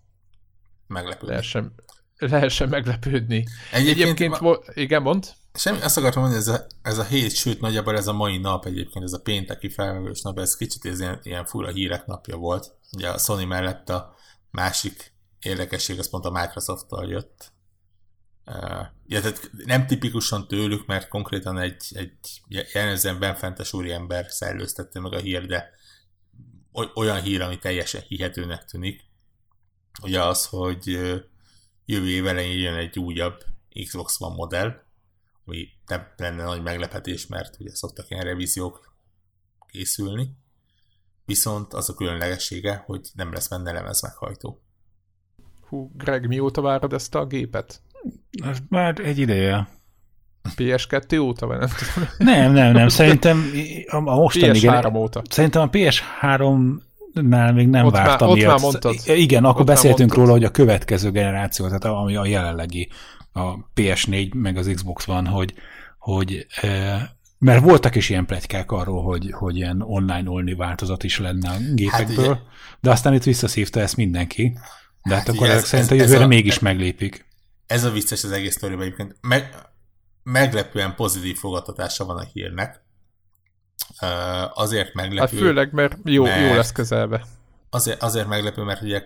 Speaker 1: meglepődni. Egyébként igen, mond?
Speaker 2: Semmi, azt akartam mondani, ez a hét, sőt nagyjából ez a mai nap egyébként, ez a pénteki felvevős nap, ez kicsit ilyen fura hírek napja volt. Ugye a Sony mellett a másik érdekesség, az pont a Microsoft-tal jött. Tehát nem tipikusan tőlük, mert konkrétan egy jellemzően benfentes úriember szellőztette meg a hír, de olyan hír, ami teljesen hihetőnek tűnik. Ugye az, hogy jövő év elején jön egy újabb Xbox One modell, ami nem lenne nagy meglepetés, mert ugye szoktak ilyen revíziók készülni. Viszont az a különlegessége, hogy nem lesz benne lemezmeghajtó.
Speaker 1: Hú, Greg, mióta várod ezt a gépet?
Speaker 3: Már egy ideje.
Speaker 1: PS2 óta, vagy nem tudom?
Speaker 3: Nem. Szerintem a mostani...
Speaker 1: PS3 óta.
Speaker 3: Szerintem a PS3-nál még nem vártam.
Speaker 1: Ott már mondtad.
Speaker 3: Igen, akkor beszéltünk róla, hogy a következő generáció, tehát ami a jelenlegi, a PS4 meg az Xbox One, hogy mert voltak is ilyen pletykák arról, hogy ilyen online-only változat is lenne a gépekből, hát de aztán itt visszaszívta ezt mindenki. De hát akkor ezek szerint a jövőre mégis meglépik.
Speaker 2: Ez a vicces az egész sztoriban egyébként. Meglepően pozitív fogadtatása van a hírnek. Azért meglepő...
Speaker 1: Hát főleg, mert jó lesz közelbe.
Speaker 2: Azért meglepő, mert ugye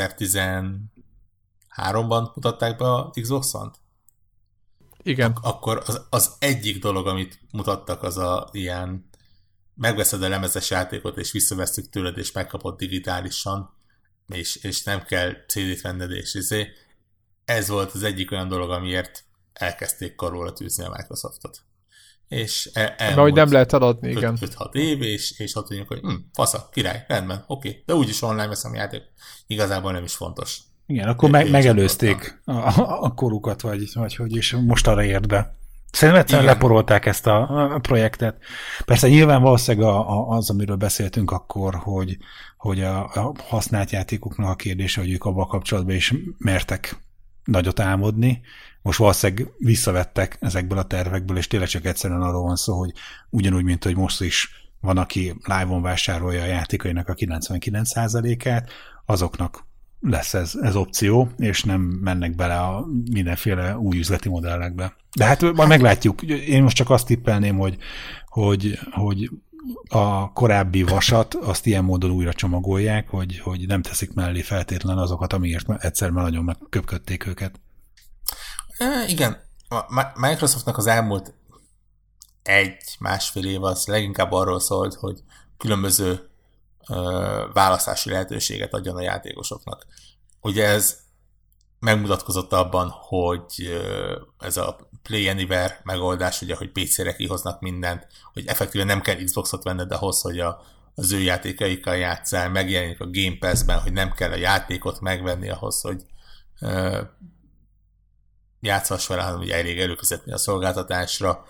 Speaker 2: 2013-ban mutatták be a Xbox One-t.
Speaker 1: Igen.
Speaker 2: Akkor az egyik dolog, amit mutattak, az a ilyen megveszed a lemezes játékot, és visszavesztük tőled, és megkapod digitálisan, és nem kell CD-t venned, és ez volt az egyik olyan dolog, amiért elkezdték karolra tűzni a Microsoftot. És
Speaker 1: hogy nem lehet eladni, igen.
Speaker 2: 5-6 év, és ott mondjuk, hogy fasza, király, rendben, oké. De úgyis online veszem a játék. Igazából nem is fontos.
Speaker 3: Igen, akkor megelőzték a korukat, vagy hogy is most arra ért be. Szerintem egyszerűen leporolták ezt a projektet. Persze nyilván valószínűleg az, amiről beszéltünk akkor, hogy a használt játékoknak a kérdése, hogy ők abban kapcsolatban is mertek nagyot álmodni. Most valószínűleg visszavettek ezekből a tervekből, és tényleg csak egyszerűen arról van szó, hogy ugyanúgy, mint hogy most is van, aki live-on vásárolja a játékainak a 99%-át, azoknak lesz ez opció, és nem mennek bele a mindenféle új üzleti modellekbe. De hát majd meglátjuk. Én most csak azt tippelném, hogy a korábbi vasat azt ilyen módon újra csomagolják, hogy nem teszik mellé feltétlenül azokat, amiért egyszer már nagyon megköpködték őket.
Speaker 2: Igen. A Microsoftnak az elmúlt 1-1,5 év az leginkább arról szólt, hogy különböző választási lehetőséget adjon a játékosoknak. Ugye ez megmutatkozott abban, hogy ez a Play Anywhere megoldás, ugye, hogy PC-re kihoznak mindent, hogy effektíven nem kell Xboxot venned ahhoz, hogy az ő játékaikkal játsszál, megjelenik a Game Pass-ben, hogy nem kell a játékot megvenni ahhoz, hogy játszhass vele, hanem ugye elég előfizetni a szolgáltatásra.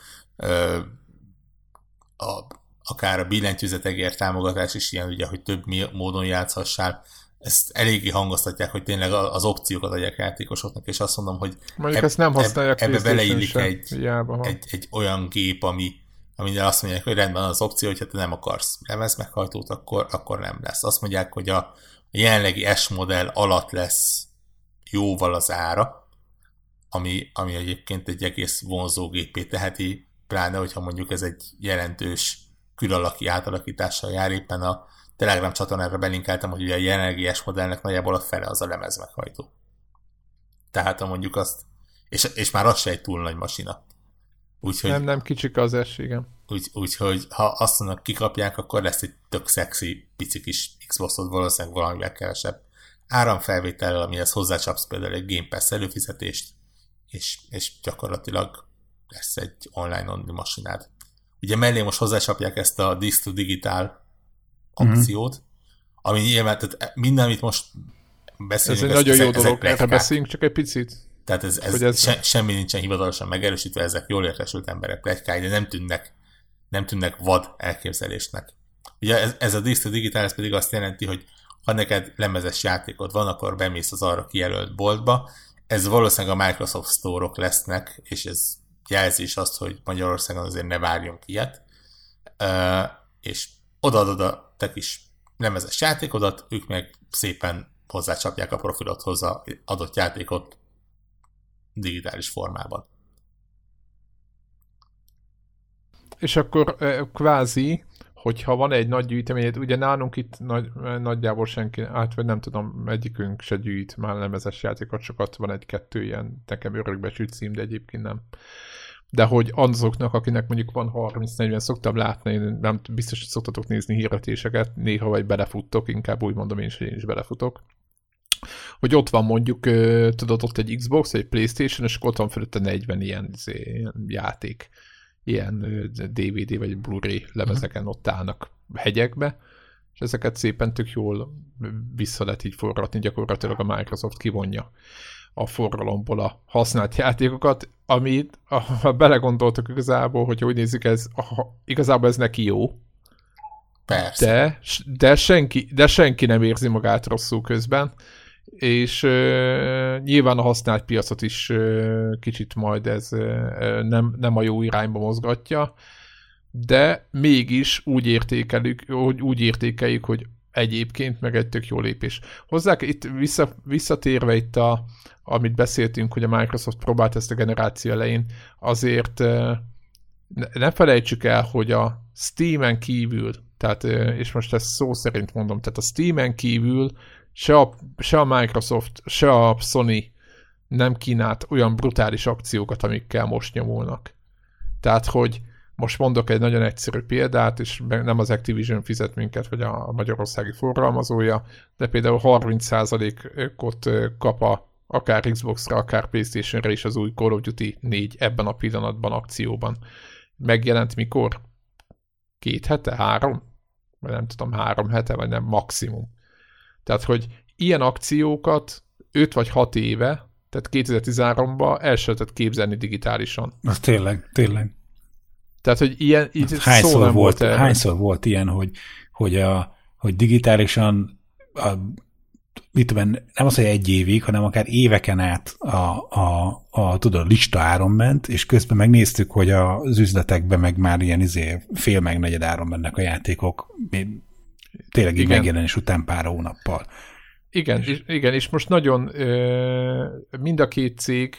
Speaker 2: Akár a billentyűzetekért támogatás is ilyen, ugye, hogy több módon játszhassál. Ezt eléggé hangoztatják, hogy tényleg az opciókat adják játékosoknak, és azt mondom, hogy
Speaker 1: ezt nem
Speaker 2: ebbe beleillik egy olyan gép, aminél azt mondják, hogy rendben az opció, hogyha te nem akarsz lemezmeghajtót, akkor nem lesz. Azt mondják, hogy a jelenlegi S modell alatt lesz jóval az ára, ami egyébként egy egész vonzó gépé teheti, pláne, hogyha mondjuk ez egy jelentős külalaki átalakítással jár. Éppen a Telegram csatornára belinkeltem, hogy ugye a jelenlegi S modellnek nagyjából a fele az a lemezmeghajtó. Tehát mondjuk azt, és már az se egy túl nagy masina.
Speaker 1: Úgyhogy, nem kicsik az es, igen.
Speaker 2: Úgyhogy ha azt mondnak, kikapják, akkor lesz egy tök szexi, pici kis Xbox-ot, valószínűleg valamivel kevesebb áramfelvétellel, amihez hozzácsapsz például egy Game Pass előfizetést, és gyakorlatilag lesz egy online-only masinád. Ugye mellé most hozzácsapják ezt a Disk to Digital opciót, ami nyilván, tehát minden, amit most beszélünk,
Speaker 1: ez egy nagyon jó dolog, erre beszéljünk csak egy picit.
Speaker 2: Tehát ez semmi nincsen hivatalosan megerősítve, ezek jól értesült emberek pletykái, de nem tűnnek vad elképzelésnek. Ugye ez a Disk to Digital, ez pedig azt jelenti, hogy ha neked lemezes játékod van, akkor bemész az arra kijelölt boltba. Ez valószínűleg a Microsoft Store-ok lesznek, és ez jelzi is azt, hogy Magyarországon azért ne várjunk ilyet. És odaadod a te kis lemezes játékodat, ők meg szépen hozzácsapják a profilodhoz az adott játékot digitális formában.
Speaker 1: És akkor kvázi, hogyha van egy nagy gyűjteményed, ugye nálunk itt nagyjából senki, vagy nem tudom, egyikünk se gyűjt már lemezes játékot, sokat van egy-kettő ilyen nekem örökbecsű cím, de egyébként nem. De hogy azoknak, akinek mondjuk van 30-40, szoktam látni, nem biztos, hogy szoktatok nézni hirdetéseket, néha vagy belefuttok, inkább úgy mondom én is belefutok, hogy ott van mondjuk, tudod, ott egy Xbox, egy PlayStation, és ott van fölötte 40 ilyen játék, ilyen DVD vagy Blu-ray lemezeken ott állnak hegyekbe, és ezeket szépen tök jól vissza lehet így forgatni, gyakorlatilag a Microsoft kivonja a forgalomból a használt játékokat, amit, ha belegondoltok igazából, hogy úgy nézzük, igazából ez neki jó.
Speaker 2: Persze.
Speaker 1: De senki nem érzi magát rosszul közben, és nyilván a használt piacot is kicsit majd ez nem a jó irányba mozgatja, de mégis úgy értékeljük, hogy egyébként meg egy tök jó lépés. Hozzá itt visszatérve itt amit beszéltünk, hogy a Microsoft próbált ezt a generáció elején, azért ne felejtsük el, hogy a Steam-en kívül, tehát, és most ezt szó szerint mondom, tehát a Steam-en kívül se a Microsoft, se a Sony nem kínált olyan brutális akciókat, amikkel most nyomulnak. Tehát, hogy most mondok egy nagyon egyszerű példát, és nem az Activision fizet minket, vagy a magyarországi forgalmazója, de például 30%-ot kap akár Xbox-ra, akár PlayStation-re is az új Call of Duty 4 ebben a pillanatban akcióban. Megjelent mikor? 2 hete? 3? Vagy nem tudom, 3 hete, vagy nem, maximum. Tehát, hogy ilyen akciókat 5 vagy 6 éve, tehát 2013-ban el sem lehetett képzelni digitálisan.
Speaker 3: Az tényleg.
Speaker 1: Tehát, hogy ilyen így
Speaker 3: szó nem volt erre. Hányszor volt ilyen, hogy digitálisan nem az, hogy 1 évig, hanem akár éveken át tudod, lista áron ment, és közben megnéztük, hogy az üzletekben meg már ilyen fél meg negyed áron mennek a játékok, tényleg így megjelenés után pár hónappal.
Speaker 1: Igen, és most nagyon mind a két cég,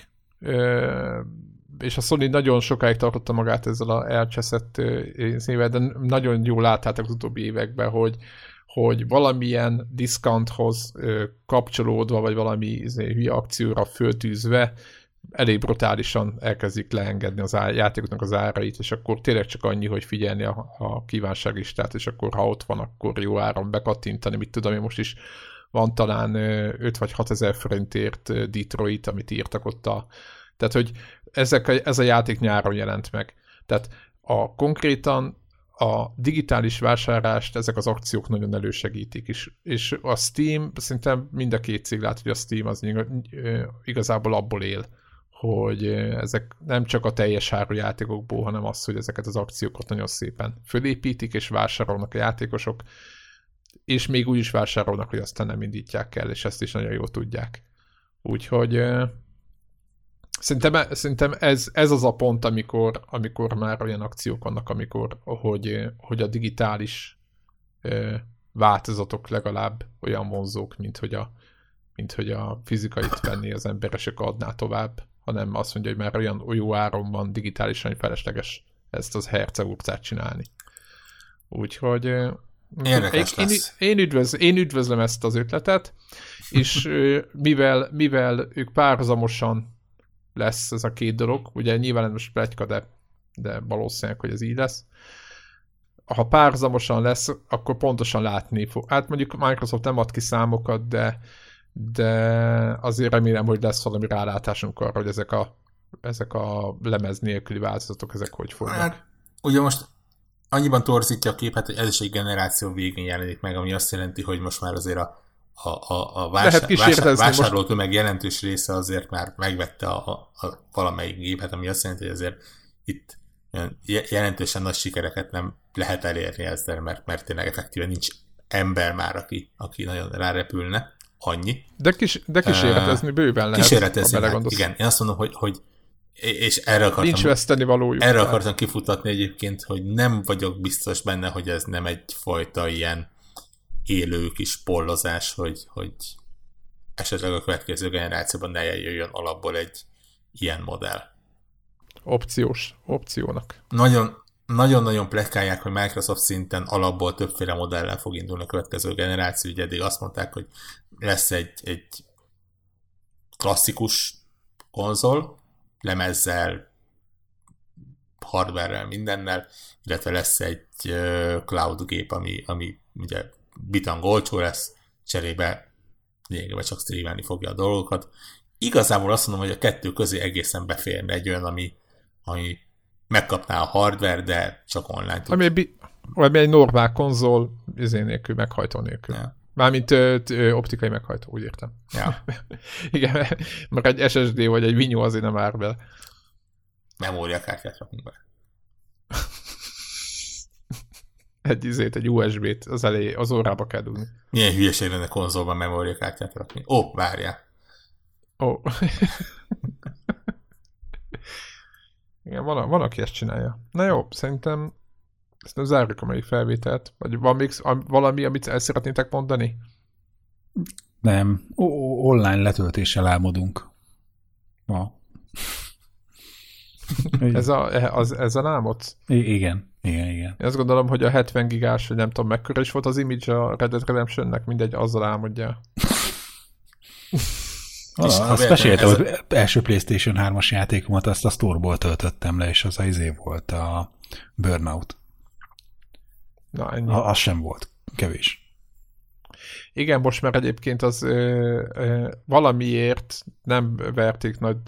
Speaker 1: és a Sony nagyon sokáig tartotta magát ezzel a elcseszett szível, de nagyon jól láttátok az utóbbi években, hogy valamilyen diszkounthoz kapcsolódva, vagy valami hülye akcióra föltűzve elég brutálisan elkezdik leengedni az játékoknak az árait, és akkor tényleg csak annyi, hogy figyelni a kívánságlistát, és akkor ha ott van, akkor jó áron bekattintani, mit tudom én, most is van talán 5 vagy 6 ezer forintért Detroit, amit írtak ott tehát, hogy ez a játék nyáron jelent meg. Tehát konkrétan a digitális vásárlást ezek az akciók nagyon elősegítik is. És a Steam, szerintem mind a két cég lát, hogy a Steam az igazából abból él, hogy ezek nem csak a teljes áru játékokból, hanem az, hogy ezeket az akciókat nagyon szépen fölépítik, és vásárolnak a játékosok, és még úgy is vásárolnak, hogy aztán nem indítják el, és ezt is nagyon jól tudják. Úgyhogy szerintem ez az a pont, amikor már olyan akciók vannak, hogy a digitális változatok legalább olyan vonzók, mint hogy a fizikait venni az emberesek adná tovább, hanem azt mondja, hogy már olyan jó áron van digitálisan, hogy felesleges ezt az herceurcát csinálni. Úgyhogy
Speaker 2: Érdekes lesz.
Speaker 1: Én üdvözlöm ezt az ötletet, és mivel ők párhuzamosan lesz ez a két dolog, ugye nyilván most pletyka, de valószínűleg, hogy ez így lesz. Ha párhuzamosan lesz, akkor pontosan látni fog. Hát mondjuk Microsoft nem ad ki számokat, de azért remélem, hogy lesz valami rálátásunk arra, hogy ezek a lemez nélküli változatok, ezek hogy fognak. Hát,
Speaker 2: ugye most annyiban torzítja a képet, hogy ez is egy generáció végén jelenik meg, ami azt jelenti, hogy most már azért a vásárló tömeg jelentős része azért már megvette a valamelyik gépet, ami azt jelenti, hogy azért itt jelentősen nagy sikereket nem lehet elérni ezzel, mert tényleg effektíven nincs ember már, aki nagyon rárepülne. Annyi.
Speaker 1: De kísérletezni bőven lehet.
Speaker 2: Kísérletezni, hát, igen. Én azt mondom, hogy és erre akartam kifutatni egyébként, hogy nem vagyok biztos benne, hogy ez nem egyfajta ilyen élő kis pollozás, hogy esetleg a következő generációban ne jöjjön alapból egy ilyen modell.
Speaker 1: Opciónak.
Speaker 2: Nagyon-nagyon pletykálják, hogy Microsoft szinten alapból többféle modellel fog indulni a következő generáció, ugye eddig azt mondták, hogy lesz egy klasszikus konzol, lemezzel, hardware-rel, mindennel, illetve lesz egy cloud gép, ami ugye bitang olcsó lesz, cserébe lényegében csak streamelni fogja a dolgokat. Igazából azt mondom, hogy a kettő közé egészen beférne egy olyan, ami megkapná a hardware, de csak online tud.
Speaker 1: Ami egy normál konzol, nélkül, meghajtó nélkül. Ja. Mármint optikai meghajtó, úgy értem.
Speaker 2: Ja.
Speaker 1: Igen, mert egy SSD vagy egy vinyó azért nem ár be.
Speaker 2: Memóriakártyát rakunk be.
Speaker 1: egy USB-t az órába kell dugni.
Speaker 2: Milyen hülyeség lenne konzolban memóriakártyát rakni? Várjál.
Speaker 1: Igen, van, aki ezt csinálja. Na jó, szerintem ezt nem zárjuk a mai felvételt. Vagy van még valami, amit el szeretnétek mondani?
Speaker 3: Nem. Online letöltéssel álmodunk. Ma.
Speaker 1: Ez a álmod?
Speaker 3: Igen.
Speaker 1: Én azt gondolom, hogy a 70 gigás, vagy nem tudom mekkora is volt az image a Red Dead Redemption-nek, mindegy, azzal álmodja.
Speaker 3: Azt mesélte, hogy első PlayStation 3-as játékomat azt a store-ból töltöttem le, és az volt a Burnout.
Speaker 1: Na, ennyi.
Speaker 3: Az sem volt. Kevés.
Speaker 1: Igen, most már egyébként az valamiért nem verték nagy...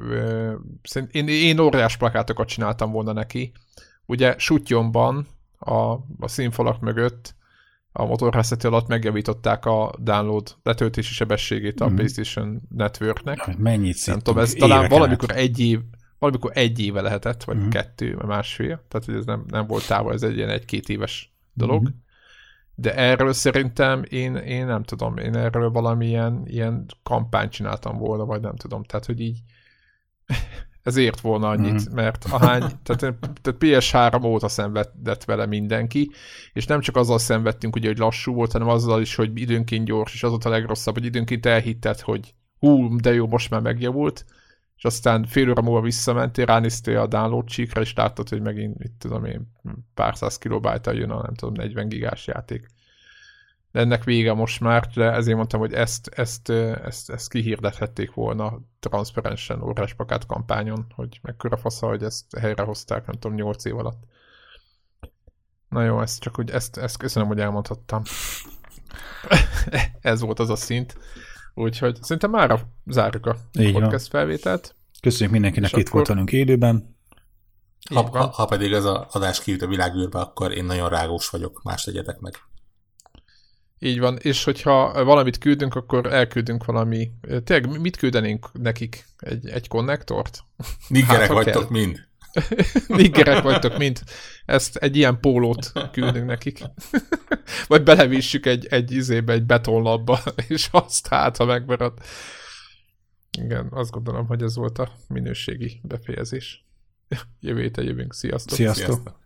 Speaker 1: Én óriás plakátokat csináltam volna neki. Ugye Sutyomban a színfalak mögött a motorháztető alatt megjavították a download letöltési sebességét a PlayStation Networknek.
Speaker 3: Mennyit szintünk?
Speaker 1: Nem tudom, ez talán valamikor egy éve lehetett, vagy kettő, vagy másfél. Tehát, hogy ez nem volt távol, ez egy ilyen 1-2 éves dolog. De erről szerintem én nem tudom, én erről valamilyen ilyen kampányt csináltam volna, vagy nem tudom. Tehát, hogy így ez ért volna annyit, mert tehát PS3 óta szenvedett vele mindenki, és nem csak azzal szenvedtünk, ugye, hogy lassú volt, hanem azzal is, hogy időnként gyors, és az volt a legrosszabb, hogy időnként elhitted, hogy de jó, most már megjavult, és aztán fél óra múlva visszamentél, ránéztél a download csíkra, és láttad, hogy megint, mit tudom én, pár száz kilobájtal jön a, nem tudom, 40 gigás játék. De ennek vége most már, de ezért mondtam, hogy ezt kihirdethették volna transzparensen órás plakát kampányon, hogy mekkora fasza, hogy ezt helyrehozták, nem tudom, 8 év alatt. Na jó, ezt köszönöm, hogy elmondhattam. Ez volt az a szint. Úgyhogy szerintem már zárjuk a podcast felvételt.
Speaker 3: Köszönjük mindenkinek, itt volt velünk élőben.
Speaker 2: Ha pedig ez az adás kijut a világűrbe, akkor én nagyon rágós vagyok, más tegyetek meg.
Speaker 1: Így van, és hogyha valamit küldünk, akkor elküldünk valami... Tényleg, mit küldenénk nekik? Egy konnektort?
Speaker 2: Niggerek vagytok mind.
Speaker 1: Niggerek vagytok mind. Ezt egy ilyen pólót küldünk nekik. Vagy belevissük egy betonlapba, és azt ha megmarad. Igen, azt gondolom, hogy ez volt a minőségi befejezés. Jövő héten jövünk. Sziasztok!
Speaker 3: Sziasztok!